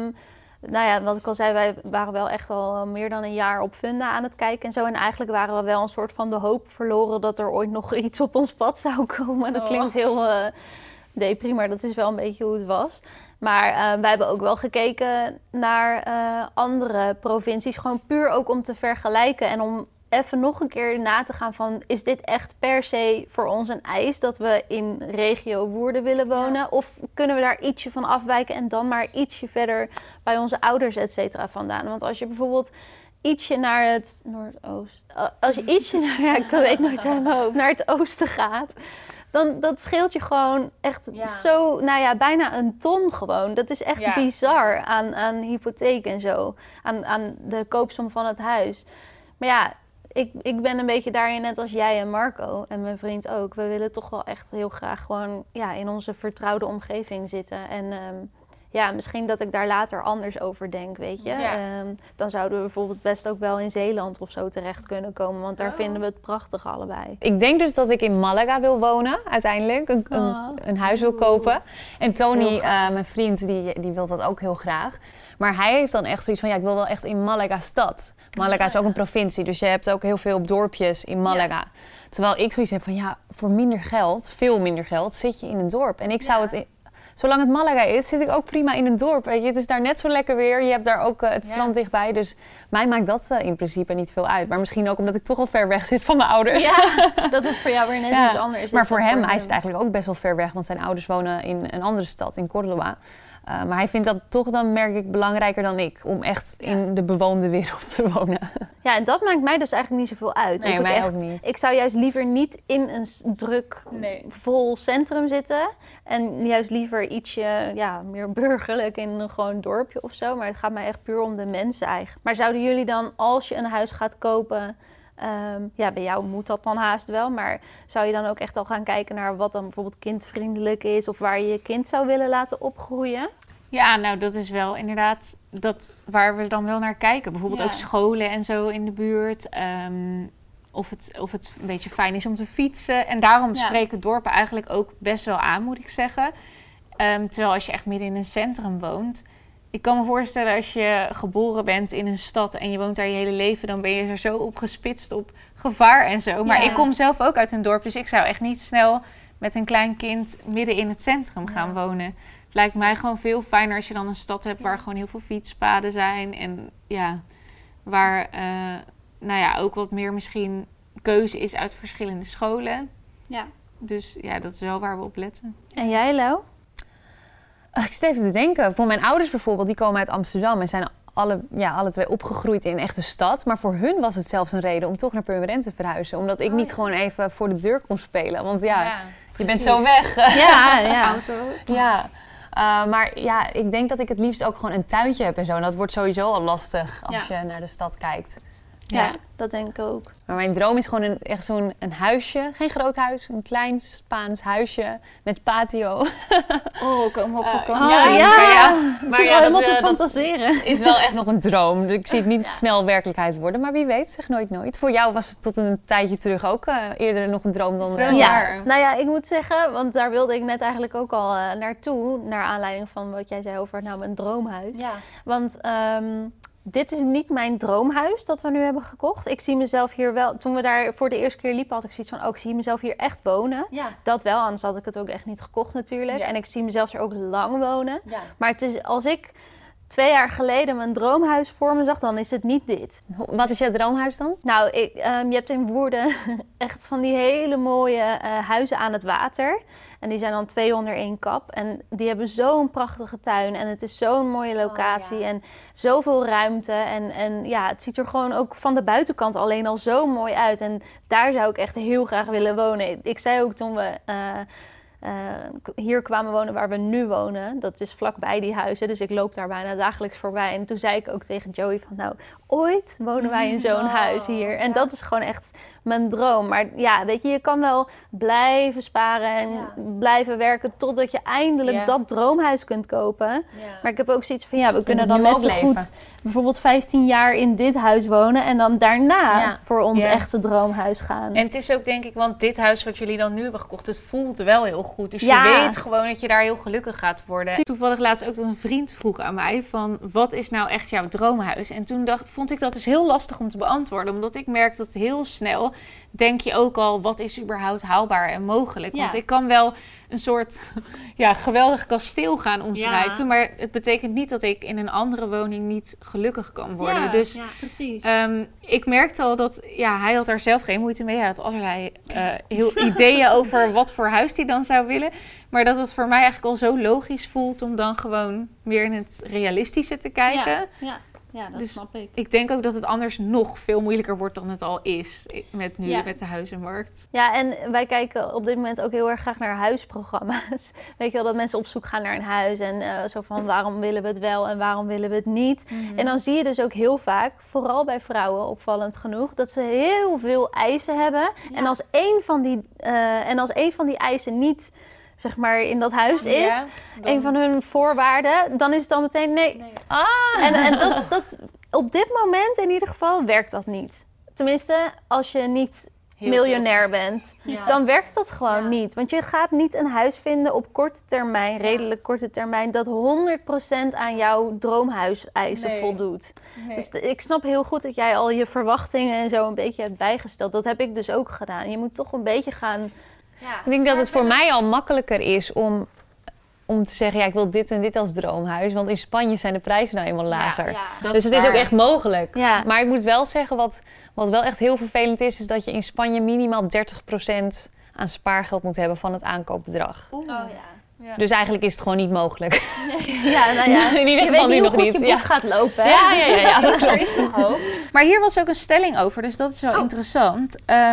wat ik al zei, wij waren wel echt al meer dan een jaar op Funda aan het kijken en zo. En eigenlijk waren we wel een soort van de hoop verloren dat er ooit nog iets op ons pad zou komen. Dat klinkt heel depri, maar dat is wel een beetje hoe het was. Maar wij hebben ook wel gekeken naar andere provincies. Gewoon puur ook om te vergelijken. En om even nog een keer na te gaan van, is dit echt per se voor ons een eis dat we in regio Woerden willen wonen? Ja. Of kunnen we daar ietsje van afwijken en dan maar ietsje verder bij onze ouders, et cetera, vandaan? Want als je bijvoorbeeld ietsje naar het noordoosten, als je ietsje naar, ik weet nooit uit mijn hoofd, naar het oosten gaat, dan dat scheelt je gewoon echt zo, bijna een ton gewoon. Dat is echt bizar aan hypotheek en zo. Aan de koopsom van het huis. Maar ik ben een beetje daarin net als jij en Marco en mijn vriend ook. We willen toch wel echt heel graag gewoon in onze vertrouwde omgeving zitten. En misschien dat ik daar later anders over denk, weet je. Ja. Dan zouden we bijvoorbeeld best ook wel in Zeeland of zo terecht kunnen komen. Want daar vinden we het prachtig allebei. Ik denk dus dat ik in Malaga wil wonen, uiteindelijk. Een huis wil kopen. En Tony, mijn vriend, die wil dat ook heel graag. Maar hij heeft dan echt zoiets van, ik wil wel echt in Malaga stad. Malaga is ook een provincie, dus je hebt ook heel veel dorpjes in Malaga. Ja. Terwijl ik zoiets heb van, voor minder geld, veel minder geld, zit je in een dorp. En ik zou het zolang het Malaga is, zit ik ook prima in een dorp. Weet je, het is daar net zo lekker weer. Je hebt daar ook het strand dichtbij. Dus mij maakt dat in principe niet veel uit. Maar misschien ook omdat ik toch al ver weg zit van mijn ouders. Ja, dat is voor jou weer net iets anders. Maar voor hem, hij zit eigenlijk ook best wel ver weg. Want zijn ouders wonen in een andere stad, in Córdoba. Maar hij vindt dat toch dan, merk ik, belangrijker dan ik. Om echt in de bewoonde wereld te wonen. Ja, en dat maakt mij dus eigenlijk niet zoveel uit. Nee, mij ook niet. Ik zou juist liever niet in een druk, vol centrum zitten. En juist liever ietsje meer burgerlijk in een gewoon dorpje of zo. Maar het gaat mij echt puur om de mensen eigenlijk. Maar zouden jullie dan, als je een huis gaat kopen... bij jou moet dat dan haast wel. Maar zou je dan ook echt al gaan kijken naar wat dan bijvoorbeeld kindvriendelijk is... of waar je je kind zou willen laten opgroeien? Ja, nou dat is wel inderdaad waar we dan wel naar kijken. Bijvoorbeeld ook scholen en zo in de buurt. Of het een beetje fijn is om te fietsen. En daarom spreken dorpen eigenlijk ook best wel aan, moet ik zeggen. Terwijl als je echt midden in een centrum woont... Ik kan me voorstellen, als je geboren bent in een stad en je woont daar je hele leven... dan ben je er zo op gespitst op gevaar en zo. Maar ik kom zelf ook uit een dorp, dus ik zou echt niet snel met een klein kind midden in het centrum gaan wonen. Het lijkt mij gewoon veel fijner als je dan een stad hebt waar gewoon heel veel fietspaden zijn. En waar ook wat meer misschien keuze is uit verschillende scholen. Ja. Dus dat is wel waar we op letten. En jij, Lau? Ik zit even te denken. Voor mijn ouders bijvoorbeeld, die komen uit Amsterdam... en zijn alle twee opgegroeid in een echte stad. Maar voor hun was het zelfs een reden om toch naar Purmerend te verhuizen. Omdat ik niet gewoon even voor de deur kon spelen. Want je bent zo weg. Ja. Auto. Ja. Maar ik denk dat ik het liefst ook gewoon een tuintje heb en zo. En dat wordt sowieso al lastig als je naar de stad kijkt. Ja, dat denk ik ook. Maar mijn droom is gewoon echt zo'n huisje. Geen groot huis, een klein Spaans huisje met patio. Kom op vakantie. Maar helemaal te fantaseren. Is wel echt nog een droom. Dus ik zie het niet snel werkelijkheid worden. Maar wie weet, zeg nooit. Voor jou was het tot een tijdje terug ook eerder nog een droom dan... Nou ja, ik moet zeggen, want daar wilde ik net eigenlijk ook al naartoe. Naar aanleiding van wat jij zei over mijn droomhuis. Ja. Want... dit is niet mijn droomhuis dat we nu hebben gekocht. Ik zie mezelf hier wel... Toen we daar voor de eerste keer liepen, had ik zoiets van... ik zie mezelf hier echt wonen. Ja. Dat wel, anders had ik het ook echt niet gekocht natuurlijk. Ja. En ik zie mezelf er ook lang wonen. Ja. Maar het is, als ik 2 jaar geleden mijn droomhuis voor me zag... dan is het niet dit. Wat is jouw droomhuis dan? Nou, je hebt in Woerden echt van die hele mooie huizen aan het water... En die zijn dan 2 onder 1 kap. En die hebben zo'n prachtige tuin. En het is zo'n mooie locatie. En zoveel ruimte. En het ziet er gewoon ook van de buitenkant alleen al zo mooi uit. En daar zou ik echt heel graag willen wonen. Ik zei ook toen we hier kwamen wonen waar we nu wonen. Dat is vlakbij die huizen. Dus ik loop daar bijna dagelijks voorbij. En toen zei ik ook tegen Joey van... ooit wonen wij in zo'n huis hier. En dat is gewoon echt mijn droom. Maar weet je kan wel blijven sparen en blijven werken... totdat je eindelijk dat droomhuis kunt kopen. Ja. Maar ik heb ook zoiets van... we kunnen dan net zo goed bijvoorbeeld 15 jaar in dit huis wonen... en dan daarna voor ons echte droomhuis gaan. En het is ook denk ik... want dit huis wat jullie dan nu hebben gekocht... het voelt wel heel goed. Dus je weet gewoon dat je daar heel gelukkig gaat worden. Toevallig laatst ook dat een vriend vroeg aan mij... van wat is nou echt jouw droomhuis? En toen vond ik dat dus heel lastig om te beantwoorden. Omdat ik merk dat heel snel... denk je ook al, wat is überhaupt haalbaar en mogelijk? Want ik kan wel een soort geweldig kasteel gaan omschrijven. Ja. Maar het betekent niet dat ik in een andere woning niet gelukkig kan worden. Ja, dus precies. Ik merkte al dat hij had daar zelf geen moeite mee. Hij had allerlei ideeën over wat voor huis hij dan zou willen. Maar dat het voor mij eigenlijk al zo logisch voelt om dan gewoon meer in het realistische te kijken. Ja, dat snap ik. Ik denk ook dat het anders nog veel moeilijker wordt dan het al is met de huizenmarkt. Ja, en wij kijken op dit moment ook heel erg graag naar huisprogramma's. Weet je wel, dat mensen op zoek gaan naar een huis en zo van waarom willen we het wel en waarom willen we het niet. Mm-hmm. En dan zie je dus ook heel vaak, vooral bij vrouwen opvallend genoeg, dat ze heel veel eisen hebben. Ja. En als een van die eisen niet... zeg maar in dat huis is, een van hun voorwaarden, dan is het al meteen nee. En dat op dit moment in ieder geval werkt dat niet. Tenminste, als je niet miljonair bent, dan werkt dat gewoon niet. Want je gaat niet een huis vinden op korte termijn, redelijk korte termijn, dat 100% aan jouw droomhuiseisen voldoet. Nee. Dus ik snap heel goed dat jij al je verwachtingen en zo een beetje hebt bijgesteld. Dat heb ik dus ook gedaan. Je moet toch een beetje gaan... Ja. Ik denk dat het voor mij al makkelijker is om om te zeggen, ja, ik wil dit en dit als droomhuis. Want in Spanje zijn de prijzen nou eenmaal lager. Ja, dus het is ook echt mogelijk. Ja. Maar ik moet wel zeggen, wat wel echt heel vervelend is dat je in Spanje minimaal 30% aan spaargeld moet hebben van het aankoopbedrag. Oh ja. Ja. Dus eigenlijk is het gewoon niet mogelijk. Ja, nou ja. In ieder geval nu nog niet. Je boek gaat lopen. Hè? Ja, dat klopt. Maar hier was ook een stelling over, dus dat is wel interessant.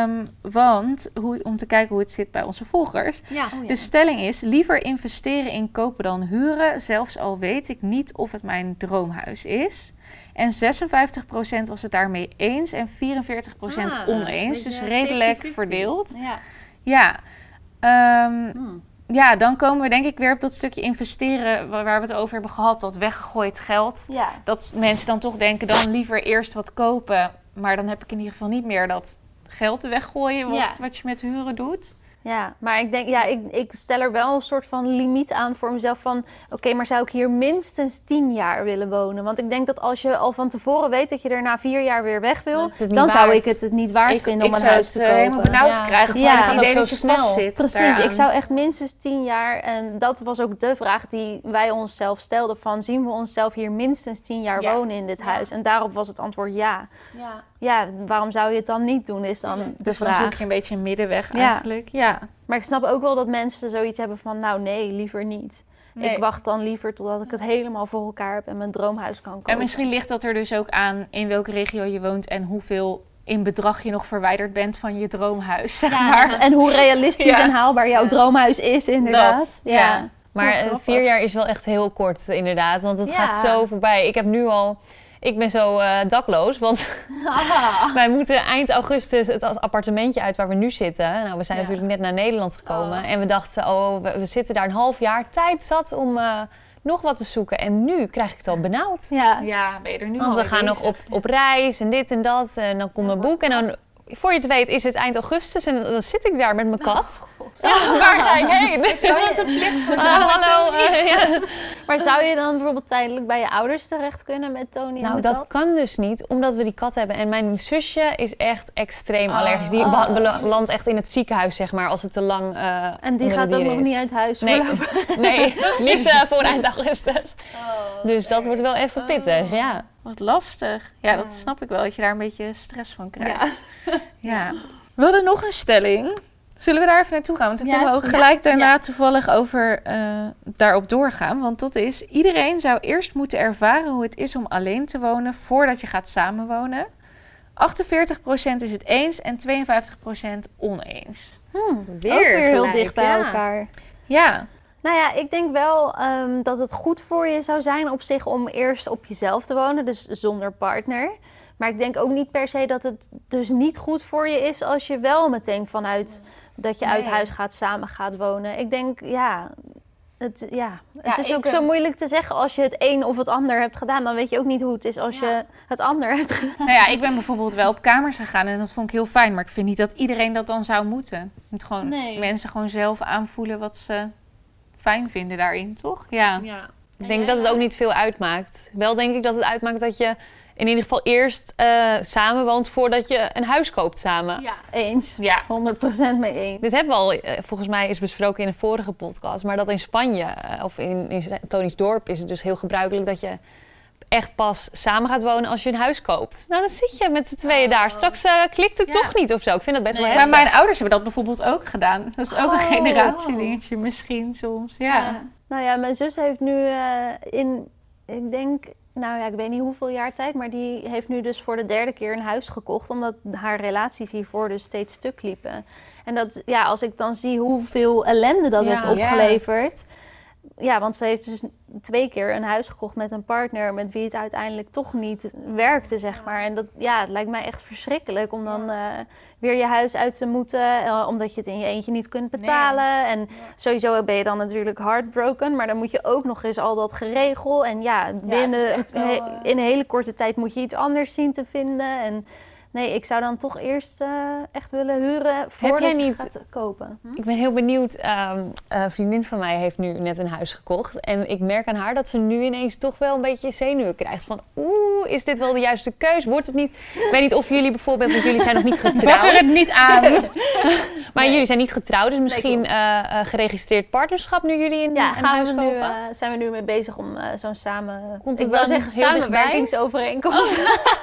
Want om te kijken hoe het zit bij onze volgers. Ja. De stelling is, liever investeren in kopen dan huren, zelfs al weet ik niet of het mijn droomhuis is. En 56% was het daarmee eens en 44% oneens. Dus redelijk 50-50. verdeeld. Ja. Ja. Ja, dan komen we denk ik weer op dat stukje investeren waar we het over hebben gehad. Dat weggegooid geld. Ja. Dat mensen dan toch denken, dan liever eerst wat kopen. Maar dan heb ik in ieder geval niet meer dat geld te weggooien wat je met huren doet. Ja, maar ik denk, ik stel er wel een soort van limiet aan voor mezelf van, oké, maar zou ik hier minstens 10 jaar willen wonen? Want ik denk dat als je al van tevoren weet dat je er na 4 jaar weer weg wil, dan zou ik het niet waard vinden om een huis te kopen. Ik zou het helemaal benauwd krijgen. Ja, het idee dat je snel zit. Precies, daaraan. ik zou echt minstens 10 jaar, en dat was ook de vraag die wij onszelf stelden van, zien we onszelf hier minstens 10 jaar wonen in dit huis? En daarop was het antwoord ja. Ja, waarom zou je het dan niet doen, is dan de dus vraag. dan zoek je een beetje een middenweg eigenlijk. Ja. Maar ik snap ook wel dat mensen zoiets hebben van, nou nee, liever niet. Nee. Ik wacht dan liever totdat ik het helemaal voor elkaar heb en mijn droomhuis kan kopen. En misschien ligt dat er dus ook aan in welke regio je woont en hoeveel in bedrag je nog verwijderd bent van je droomhuis, zeg maar. En hoe realistisch en haalbaar jouw droomhuis is, inderdaad. Dat, ja. Maar 4 jaar is wel echt heel kort, inderdaad. Want het gaat zo voorbij. Ik ben zo dakloos, want wij moeten eind augustus het apartementje uit waar we nu zitten. Nou, we zijn natuurlijk net naar Nederland gekomen. En we dachten, we zitten daar een half jaar. Tijd zat om nog wat te zoeken. En nu krijg ik het al benauwd. Ja, ben je er nu want al we gaan bezig, nog op reis en dit en dat. En dan komt mijn boek en dan, voor je het weet, is het eind augustus. En dan zit ik daar met mijn kat. Waar ga ik heen? Hallo. Maar zou je dan bijvoorbeeld tijdelijk bij je ouders terecht kunnen met Tony? Nou, dat kan dus niet, omdat we die kat hebben. En mijn zusje is echt extreem allergisch. Die landt echt in het ziekenhuis, zeg maar, als het te lang en die gaat ook nog niet uit huis voorlopig? Nee, niet voor eind augustus. Dus dat wordt wel even pittig, ja. Wat lastig. Ja, dat snap ik wel, dat je daar een beetje stress van krijgt. Ja. We hadden nog een stelling. Zullen we daar even naartoe gaan? Want dan kunnen we ook gelijk daarna toevallig over daarop doorgaan. Want dat is, iedereen zou eerst moeten ervaren hoe het is om alleen te wonen voordat je gaat samenwonen. 48% is het eens en 52% oneens. Weer ook weer heel dicht bij elkaar. Ja. Nou ja, ik denk wel dat het goed voor je zou zijn op zich om eerst op jezelf te wonen, dus zonder partner. Maar ik denk ook niet per se dat het dus niet goed voor je is als je wel meteen vanuit dat je uit huis samen gaat wonen. Ik denk, het is ook zo moeilijk te zeggen als je het een of het ander hebt gedaan. Dan weet je ook niet hoe het is als je het ander hebt gedaan. Nou ja, ik ben bijvoorbeeld wel op kamers gegaan en dat vond ik heel fijn. Maar ik vind niet dat iedereen dat dan zou moeten. Je moet gewoon mensen gewoon zelf aanvoelen wat ze fijn vinden daarin, toch? Ja. Ik denk dat het ook niet veel uitmaakt. Wel denk ik dat het uitmaakt dat je in ieder geval eerst samenwoont voordat je een huis koopt samen. Ja, eens. Ja. 100% mee eens. Dit hebben we al, volgens mij is besproken in een vorige podcast. Maar dat in Spanje of in Tony's dorp is het dus heel gebruikelijk dat je echt pas samen gaat wonen als je een huis koopt. Nou, dan zit je met z'n tweeën daar. Straks klikt het toch niet of zo. Ik vind dat best wel heftig. Maar mijn ouders hebben dat bijvoorbeeld ook gedaan. Dat is ook een generatiedingetje misschien soms. Ja. Nou ja, mijn zus heeft nu ik denk, ik weet niet hoeveel jaar tijd, maar die heeft nu dus voor de 3e keer een huis gekocht, omdat haar relaties hiervoor dus steeds stuk liepen. En dat, als ik dan zie hoeveel ellende dat heeft opgeleverd. Ja, want ze heeft dus 2 keer een huis gekocht met een partner met wie het uiteindelijk toch niet werkte, zeg maar. En dat, het lijkt mij echt verschrikkelijk om dan weer je huis uit te moeten, omdat je het in je eentje niet kunt betalen. Nee. En sowieso ben je dan natuurlijk heartbroken, maar dan moet je ook nog eens al dat geregel. En in een hele korte tijd moet je iets anders zien te vinden. En Nee, ik zou dan toch eerst echt willen huren voordat je gaat kopen. Ik ben heel benieuwd. Een vriendin van mij heeft nu net een huis gekocht. En ik merk aan haar dat ze nu ineens toch wel een beetje zenuwen krijgt. Van, is dit wel de juiste keus? Wordt het niet... Ik weet niet of jullie bijvoorbeeld, want jullie zijn nog niet getrouwd. Bak er het niet aan. Maar jullie zijn niet getrouwd, dus misschien geregistreerd partnerschap nu jullie in een huis kopen? Zijn we nu mee bezig om zo'n samen... Komt ik zou zeggen samenwerkingsovereenkomst.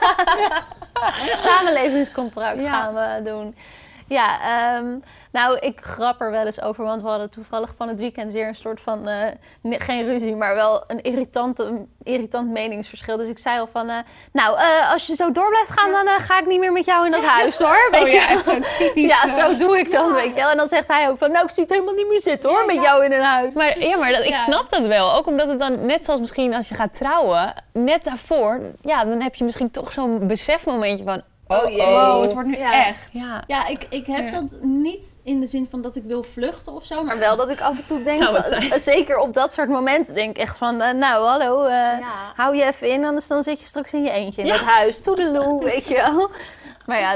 Samenlevingscontract gaan we doen. Ja, nou, ik grap er wel eens over, want we hadden toevallig van het weekend weer een soort van, geen ruzie, maar wel een irritant meningsverschil. Dus ik zei al van, als je zo door blijft gaan, dan ga ik niet meer met jou in dat huis, hoor. Weet je? Echt zo'n typisch... Ja, zo doe ik dan, weet je wel. En dan zegt hij ook van, nou, ik zie het helemaal niet meer zitten, hoor, met jou in een huis. Maar ik snap dat wel. Ook omdat het dan, net zoals misschien als je gaat trouwen, net daarvoor, dan heb je misschien toch zo'n besefmomentje van, het wordt nu echt. Ja, ik heb dat niet in de zin van dat ik wil vluchten of zo. Maar wel dat ik af en toe denk, zeker op dat soort momenten, denk ik echt van... hallo, hou je even in, anders dan zit je straks in je eentje in dat huis. Toedeloe, weet je wel. Maar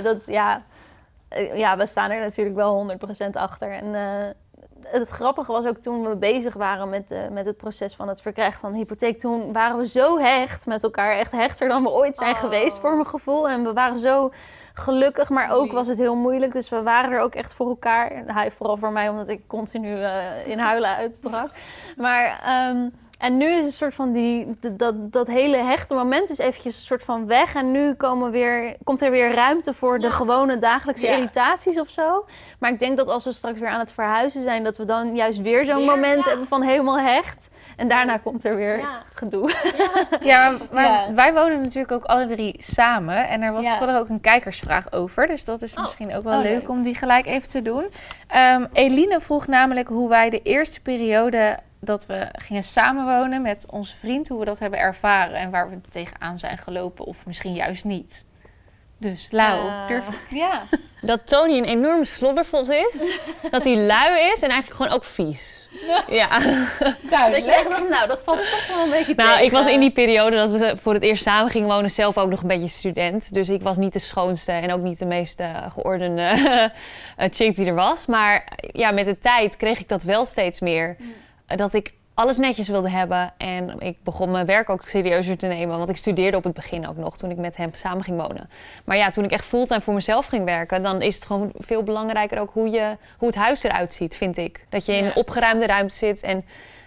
we staan er natuurlijk wel 100% achter. En het grappige was ook toen we bezig waren met het proces van het verkrijgen van de hypotheek. Toen waren we zo hecht met elkaar. Echt hechter dan we ooit zijn geweest voor mijn gevoel. En we waren zo gelukkig, maar ook was het heel moeilijk. Dus we waren er ook echt voor elkaar. En hij vooral voor mij, omdat ik continu in huilen uitbrak. Maar... en nu is een soort van dat hele hechte moment is eventjes een soort van weg. En nu komt er weer ruimte voor de gewone dagelijkse irritaties of zo. Maar ik denk dat als we straks weer aan het verhuizen zijn, dat we dan juist weer zo'n moment hebben van helemaal hecht. En daarna komt er weer gedoe. Maar wij wonen natuurlijk ook alle 3 samen. En er was toevallig ook een kijkersvraag over. Dus dat is misschien ook wel leuk om die gelijk even te doen. Eline vroeg namelijk hoe wij de eerste periode dat we gingen samenwonen met onze vriend, hoe we dat hebben ervaren en waar we tegenaan zijn gelopen of misschien juist niet. Dus Lau, durf... Dat Tony een enorme sloddervos is, dat hij lui is en eigenlijk gewoon ook vies. Ja. Duidelijk. Dat je echt dacht, dat valt toch wel een beetje tegen. Ik was in die periode dat we voor het eerst samen gingen wonen, zelf ook nog een beetje student. Dus ik was niet de schoonste en ook niet de meest geordende chick die er was. Maar met de tijd kreeg ik dat wel steeds meer. Dat ik alles netjes wilde hebben. En ik begon mijn werk ook serieuzer te nemen. Want ik studeerde op het begin ook nog, toen ik met hem samen ging wonen. Maar toen ik echt fulltime voor mezelf ging werken, dan is het gewoon veel belangrijker ook hoe het huis eruit ziet, vind ik. Dat je in een opgeruimde ruimte zit. En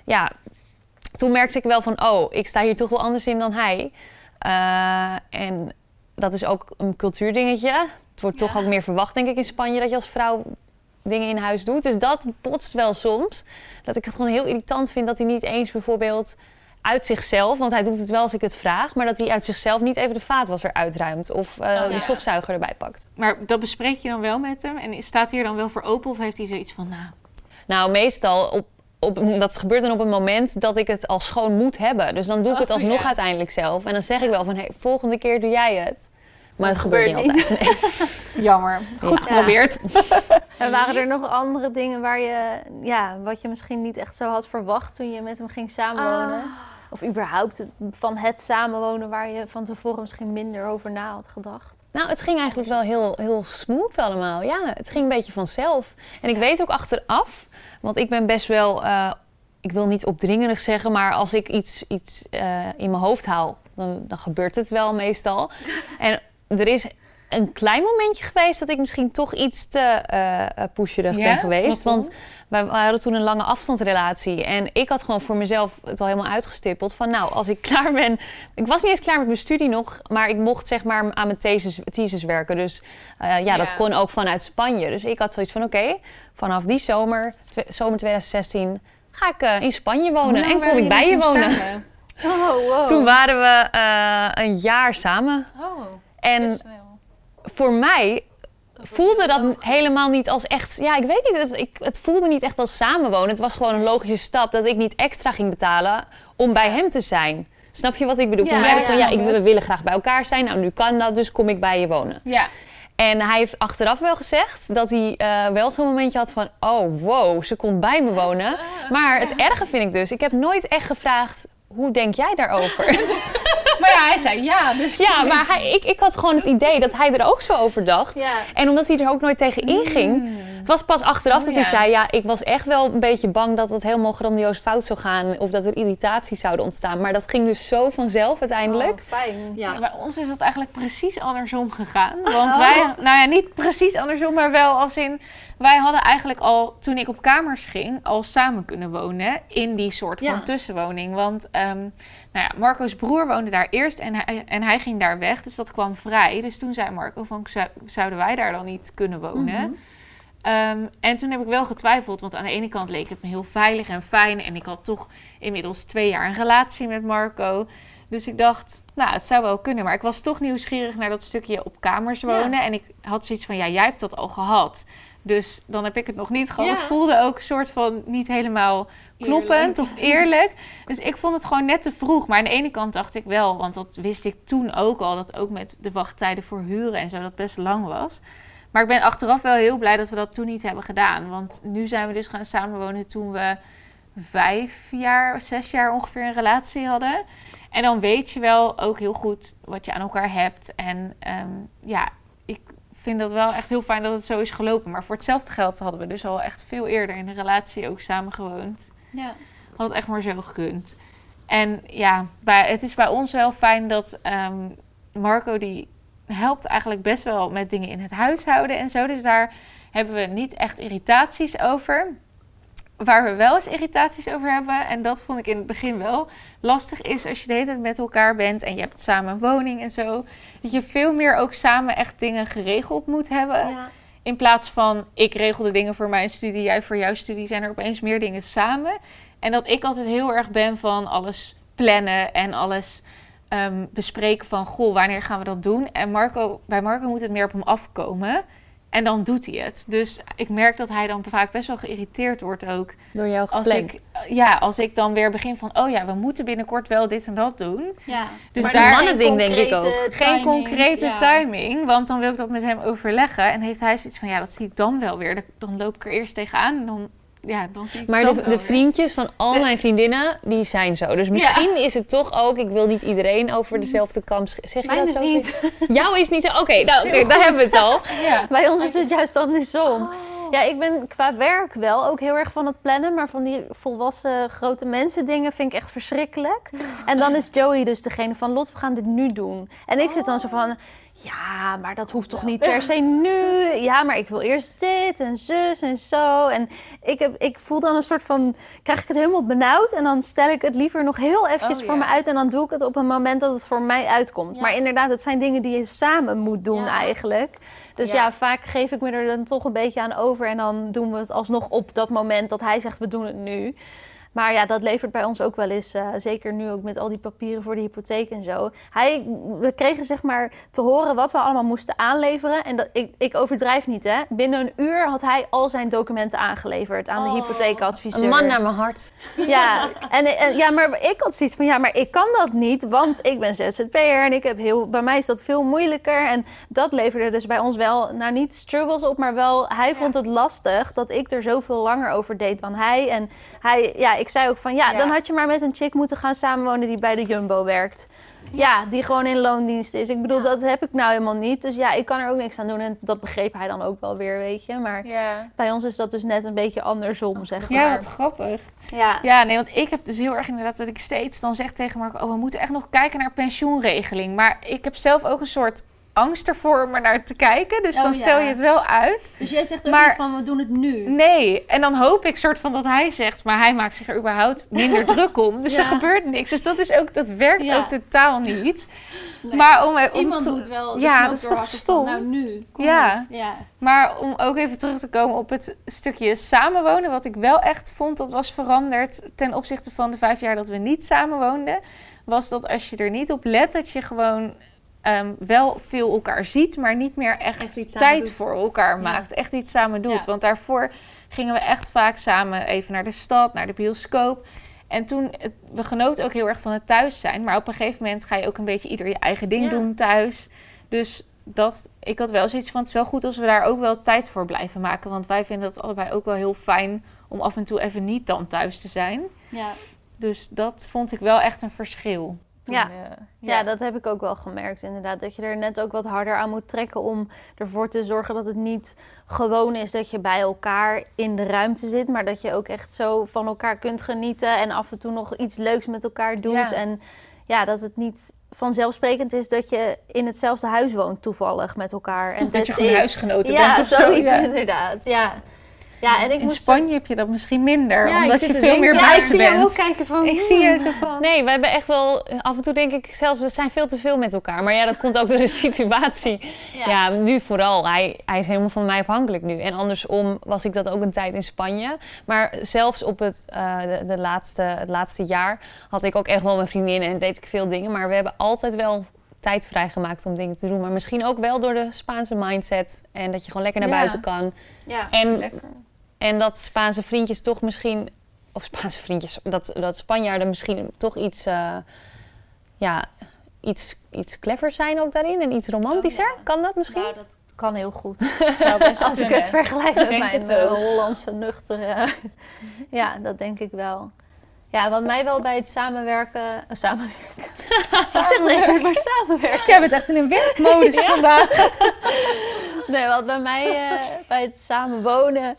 toen merkte ik wel van, ik sta hier toch wel anders in dan hij. En dat is ook een cultuurdingetje. Het wordt toch ook meer verwacht, denk ik, in Spanje, dat je als vrouw dingen in huis doet. Dus dat botst wel soms. Dat ik het gewoon heel irritant vind dat hij niet eens bijvoorbeeld uit zichzelf, want hij doet het wel als ik het vraag, maar dat hij uit zichzelf niet even de vaatwasser uitruimt of de stofzuiger erbij pakt. Maar dat bespreek je dan wel met hem? En staat hij er dan wel voor open of heeft hij zoiets van, Nou, meestal dat gebeurt dan op een moment dat ik het al schoon moet hebben. Dus dan doe ik het alsnog uiteindelijk zelf. En dan zeg ik wel van, volgende keer doe jij het. Maar het gebeurt niet altijd. Nee. Jammer. Goed geprobeerd. En waren er nog andere dingen waar wat je misschien niet echt zo had verwacht toen je met hem ging samenwonen? Of überhaupt van het samenwonen waar je van tevoren misschien minder over na had gedacht? Nou, het ging eigenlijk wel heel, heel smooth allemaal. Ja, het ging een beetje vanzelf. En ik weet ook achteraf, want ik ben best wel... ik wil niet opdringerig zeggen, maar als ik iets in mijn hoofd haal, dan gebeurt het wel meestal. En er is een klein momentje geweest dat ik misschien toch iets te pusherig ben geweest. Want we hadden toen een lange afstandsrelatie. En ik had gewoon voor mezelf het al helemaal uitgestippeld. Van als ik klaar ben... Ik was niet eens klaar met mijn studie nog. Maar ik mocht zeg maar aan mijn thesis werken. Dus dat kon ook vanuit Spanje. Dus ik had zoiets van oké, vanaf die zomer 2016... ga ik in Spanje wonen. En kom ik bij je wonen. Wow. Toen waren we een jaar samen. En voor mij voelde dat helemaal niet als echt... Ja, ik weet niet. Het voelde niet echt als samenwonen. Het was gewoon een logische stap dat ik niet extra ging betalen om bij hem te zijn. Snap je wat ik bedoel? Voor mij was het gewoon, we willen graag bij elkaar zijn. Nou, nu kan dat, dus kom ik bij je wonen. Ja. En hij heeft achteraf wel gezegd dat hij wel zo'n momentje had van... Oh, wow, ze komt bij me wonen. Maar het erge vind ik dus, ik heb nooit echt gevraagd... Hoe denk jij daarover? Maar ja, hij zei ja. Dus ja, maar ik had gewoon het idee dat hij er ook zo over dacht. Ja. En omdat hij er ook nooit tegen inging. Het was pas achteraf dat hij zei... Ja, ik was echt wel een beetje bang dat het helemaal grandioos fout zou gaan. Of dat er irritaties zouden ontstaan. Maar dat ging dus zo vanzelf uiteindelijk. Oh, fijn. Ja. Bij ons is dat eigenlijk precies andersom gegaan. Want wij... Nou ja, niet precies andersom, maar wel als in... Wij hadden eigenlijk al, toen ik op kamers ging, al samen kunnen wonen in die soort van tussenwoning. Want Marco's broer woonde daar eerst en hij ging daar weg, dus dat kwam vrij. Dus toen zei Marco van, zouden wij daar dan niet kunnen wonen? En toen heb ik wel getwijfeld, want aan de ene kant leek het me heel veilig en fijn. En ik had toch inmiddels 2 jaar een relatie met Marco. Dus ik dacht, nou, het zou wel kunnen. Maar ik was toch nieuwsgierig naar dat stukje op kamers wonen. Ja. En ik had zoiets van, jij hebt dat al gehad. Dus dan heb ik het nog niet gehad. Het voelde ook een soort van niet helemaal kloppend of eerlijk. Dus ik vond het gewoon net te vroeg. Maar aan de ene kant dacht ik wel, want dat wist ik toen ook al, dat ook met de wachttijden voor huren en zo, dat best lang was. Maar ik ben achteraf wel heel blij dat we dat toen niet hebben gedaan. Want nu zijn we dus gaan samenwonen toen we 6 jaar ongeveer een relatie hadden. En dan weet je wel ook heel goed wat je aan elkaar hebt. En ik vind dat wel echt heel fijn dat het zo is gelopen. Maar voor hetzelfde geld hadden we dus al echt veel eerder in de relatie ook samen gewoond. Ja. Had het echt maar zo gekund. En ja, het is bij ons wel fijn dat Marco die helpt eigenlijk best wel met dingen in het huishouden en zo. Dus daar hebben we niet echt irritaties over. Waar we wel eens irritaties over hebben, en dat vond ik in het begin wel lastig, is als je de hele tijd met elkaar bent en je hebt samen een woning en zo, dat je veel meer ook samen echt dingen geregeld moet hebben. Ja. In plaats van, ik regel de dingen voor mijn studie, jij voor jouw studie, zijn er opeens meer dingen samen. En dat ik altijd heel erg ben van alles plannen en alles bespreken van, goh, wanneer gaan we dat doen? En bij Marco moet het meer op hem afkomen. En dan doet hij het. Dus ik merk dat hij dan vaak best wel geïrriteerd wordt ook. Door jouw gepland. Als ik dan weer begin van, we moeten binnenkort wel dit en dat doen. Ja. Dus maar daar een ding denk ik ook. Geen concrete timing. Want dan wil ik dat met hem overleggen. En heeft hij zoiets van, dat zie ik dan wel weer. Dan loop ik er eerst tegenaan en dan zie ik maar de vriendjes van al mijn vriendinnen, die zijn zo. Dus misschien is het toch ook, ik wil niet iedereen over dezelfde kam zeg je Mijn dat zo? Niet. Jou is niet zo? Oké, daar hebben we het al. Ja. Bij ons is het juist andersom. Oh. Ja, ik ben qua werk wel ook heel erg van het plannen. Maar van die volwassen grote mensen dingen vind ik echt verschrikkelijk. En dan is Joey dus degene van, Lot, we gaan dit nu doen. En ik zit dan zo van, ja, maar dat hoeft toch niet per se nu? Ja, maar ik wil eerst dit en zus en zo. En ik voel dan een soort van, krijg ik het helemaal benauwd. En dan stel ik het liever nog heel eventjes voor me uit. En dan doe ik het op een moment dat het voor mij uitkomt. Ja. Maar inderdaad, het zijn dingen die je samen moet doen eigenlijk. Dus vaak geef ik me er dan toch een beetje aan over. En dan doen we het alsnog op dat moment dat hij zegt, we doen het nu. Maar ja, dat levert bij ons ook wel eens, zeker nu ook met al die papieren voor de hypotheek en zo. We kregen zeg maar te horen wat we allemaal moesten aanleveren. En ik overdrijf niet, hè. Binnen een uur had hij al zijn documenten aangeleverd aan de hypotheekadviseur. Een man naar mijn hart. Ja, maar ik had zoiets van, maar ik kan dat niet, want ik ben ZZP'er en bij mij is dat veel moeilijker. En dat leverde dus bij ons wel, niet struggles op, maar wel, hij vond het lastig dat ik er zoveel langer over deed dan hij. En ik zei ook van, dan had je maar met een chick moeten gaan samenwonen die bij de Jumbo werkt. Ja, die gewoon in loondienst is. Ik bedoel, dat heb ik nou helemaal niet. Dus ik kan er ook niks aan doen. En dat begreep hij dan ook wel weer, weet je. Maar bij ons is dat dus net een beetje andersom, zeg maar. Ja, wat grappig. Ja, nee, want ik heb dus heel erg inderdaad dat ik steeds dan zeg tegen Marco, we moeten echt nog kijken naar pensioenregeling. Maar ik heb zelf ook een soort angst ervoor om er naar te kijken. Dus dan stel je het wel uit. Dus jij zegt ook niet van, we doen het nu. Nee. En dan hoop ik soort van dat hij zegt, maar hij maakt zich er überhaupt minder druk om. Dus er gebeurt niks. Dus dat werkt ook totaal niet. Nee. Maar iemand moet wel de dat is toch stom. Nou, nu. Ja. Maar om ook even terug te komen op het stukje samenwonen. Wat ik wel echt vond, dat was veranderd ten opzichte van de 5 jaar dat we niet samenwoonden. Was dat als je er niet op let, dat je gewoon wel veel elkaar ziet, maar niet meer echt tijd voor elkaar maakt. Echt iets samen doet. Ja. Want daarvoor gingen we echt vaak samen even naar de stad, naar de bioscoop. En toen, we genoten ook heel erg van het thuis zijn. Maar op een gegeven moment ga je ook een beetje ieder je eigen ding doen thuis. Dus ik had wel zoiets van, het is wel goed als we daar ook wel tijd voor blijven maken. Want wij vinden het allebei ook wel heel fijn om af en toe even niet dan thuis te zijn. Ja. Dus dat vond ik wel echt een verschil. Ja, dat heb ik ook wel gemerkt inderdaad. Dat je er net ook wat harder aan moet trekken om ervoor te zorgen dat het niet gewoon is dat je bij elkaar in de ruimte zit. Maar dat je ook echt zo van elkaar kunt genieten en af en toe nog iets leuks met elkaar doet. Ja. En ja, dat het niet vanzelfsprekend is dat je in hetzelfde huis woont toevallig met elkaar. En dat je gewoon huisgenoten bent of zoiets zo. Inderdaad, ja. Ja, en in Spanje heb je dat misschien minder, omdat je veel meer buiten bent. Ja, ik zie jou ook kijken van... Ik zie je zo van... Nee, we hebben echt wel... Af en toe denk ik zelfs, we zijn veel te veel met elkaar. Maar ja, dat komt ook door de situatie. Ja, nu vooral. Hij is helemaal van mij afhankelijk nu. En andersom was ik dat ook een tijd in Spanje. Maar zelfs op het laatste jaar had ik ook echt wel mijn vriendinnen en deed ik veel dingen. Maar we hebben altijd wel tijd vrijgemaakt om dingen te doen. Maar misschien ook wel door de Spaanse mindset. En dat je gewoon lekker naar buiten kan. Ja, lekker. En dat Spaanse vriendjes toch misschien... Of Spaanse vriendjes, dat Spanjaarden misschien toch iets clever zijn ook daarin. En iets romantischer. Kan dat misschien? Nou, dat kan heel goed. Als ik het vergelijk met mijn Hollandse nuchtere... Ja, dat denk ik wel. Ja, wat mij wel bij het samenwerken... Ik zeg net maar samenwerken. Jij bent echt in een werkmodus vandaag. Nee, wat bij mij bij het samenwonen...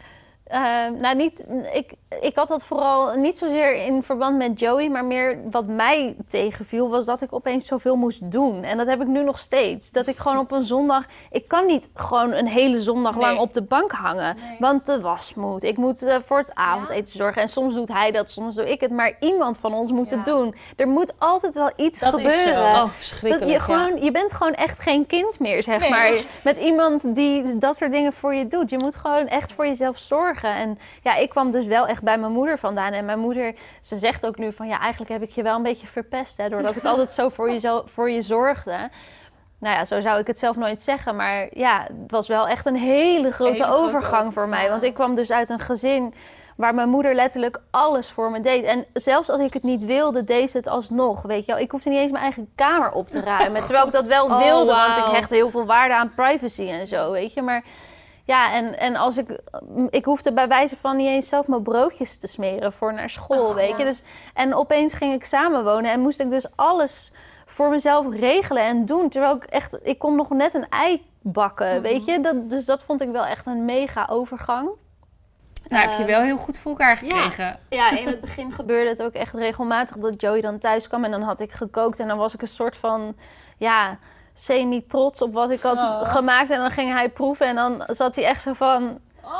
Ik had dat vooral niet zozeer in verband met Joey, maar meer wat mij tegenviel was dat ik opeens zoveel moest doen. En dat heb ik nu nog steeds. Dat ik gewoon op een zondag... Ik kan niet gewoon een hele zondag lang op de bank hangen. Nee. Want de was moet. Ik moet voor het avondeten zorgen. En soms doet hij dat, soms doe ik het. Maar iemand van ons moet het doen. Er moet altijd wel iets gebeuren. Is zo. Oh, verschrikkelijk. Je bent gewoon echt geen kind meer, zeg maar. Met iemand die dat soort dingen voor je doet. Je moet gewoon echt voor jezelf zorgen. En ja, ik kwam dus wel echt bij mijn moeder vandaan. En mijn moeder, ze zegt ook nu van... ja, eigenlijk heb ik je wel een beetje verpest, hè, doordat ik altijd zo voor je zorgde. Nou ja, zo zou ik het zelf nooit zeggen. Maar ja, het was wel echt een hele grote overgang voor mij. Want ik kwam dus uit een gezin waar mijn moeder letterlijk alles voor me deed. En zelfs als ik het niet wilde, deed ze het alsnog. Weet je wel, ik hoefde niet eens mijn eigen kamer op te ruimen. Terwijl ik dat wel wilde, want ik hechtte heel veel waarde aan privacy en zo, weet je. Maar... Ja, en als ik hoefde bij wijze van niet eens zelf mijn broodjes te smeren voor naar school, weet je. Dus, en opeens ging ik samenwonen en moest ik dus alles voor mezelf regelen en doen. Terwijl ik kon nog net een ei bakken, weet je. Dus dat vond ik wel echt een mega overgang. Nou, heb je wel heel goed voor elkaar gekregen. Ja, in het begin gebeurde het ook echt regelmatig dat Joey dan thuis kwam en dan had ik gekookt en dan was ik een soort van, semi-trots op wat ik had gemaakt. En dan ging hij proeven en dan zat hij echt zo van...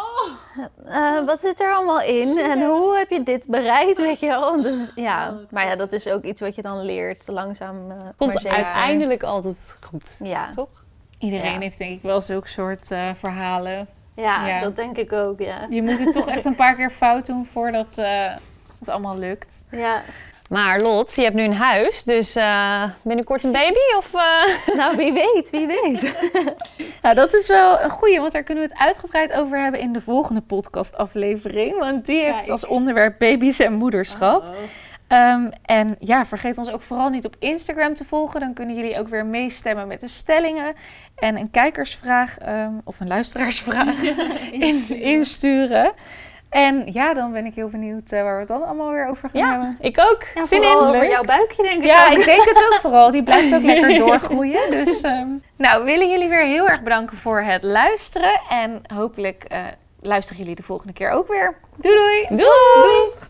wat zit er allemaal in? En hoe heb je dit bereid, weet je wel? Dus maar ja, dat is ook iets wat je dan leert, langzaam. Komt uiteindelijk altijd goed, toch? Iedereen heeft denk ik wel zulke soort verhalen. Ja, dat denk ik ook, Je moet het toch echt een paar keer fout doen voordat het allemaal lukt. Ja. Maar Lot, je hebt nu een huis, dus binnenkort een baby? Of, Nou, wie weet. Nou, dat is wel een goeie, want daar kunnen we het uitgebreid over hebben in de volgende podcastaflevering. Want die heeft als onderwerp baby's en moederschap. En ja, vergeet ons ook vooral niet op Instagram te volgen. Dan kunnen jullie ook weer meestemmen met de stellingen. En een kijkersvraag of een luisteraarsvraag insturen. En ja, dan ben ik heel benieuwd waar we het dan allemaal weer over gaan hebben. Ik ook. Ja, zin in. Over jouw buikje denk ik. Ja, ik denk het ook vooral. Die blijft ook lekker doorgroeien. Dus nou, willen jullie weer heel erg bedanken voor het luisteren. En hopelijk luisteren jullie de volgende keer ook weer. Doei doei! Doei!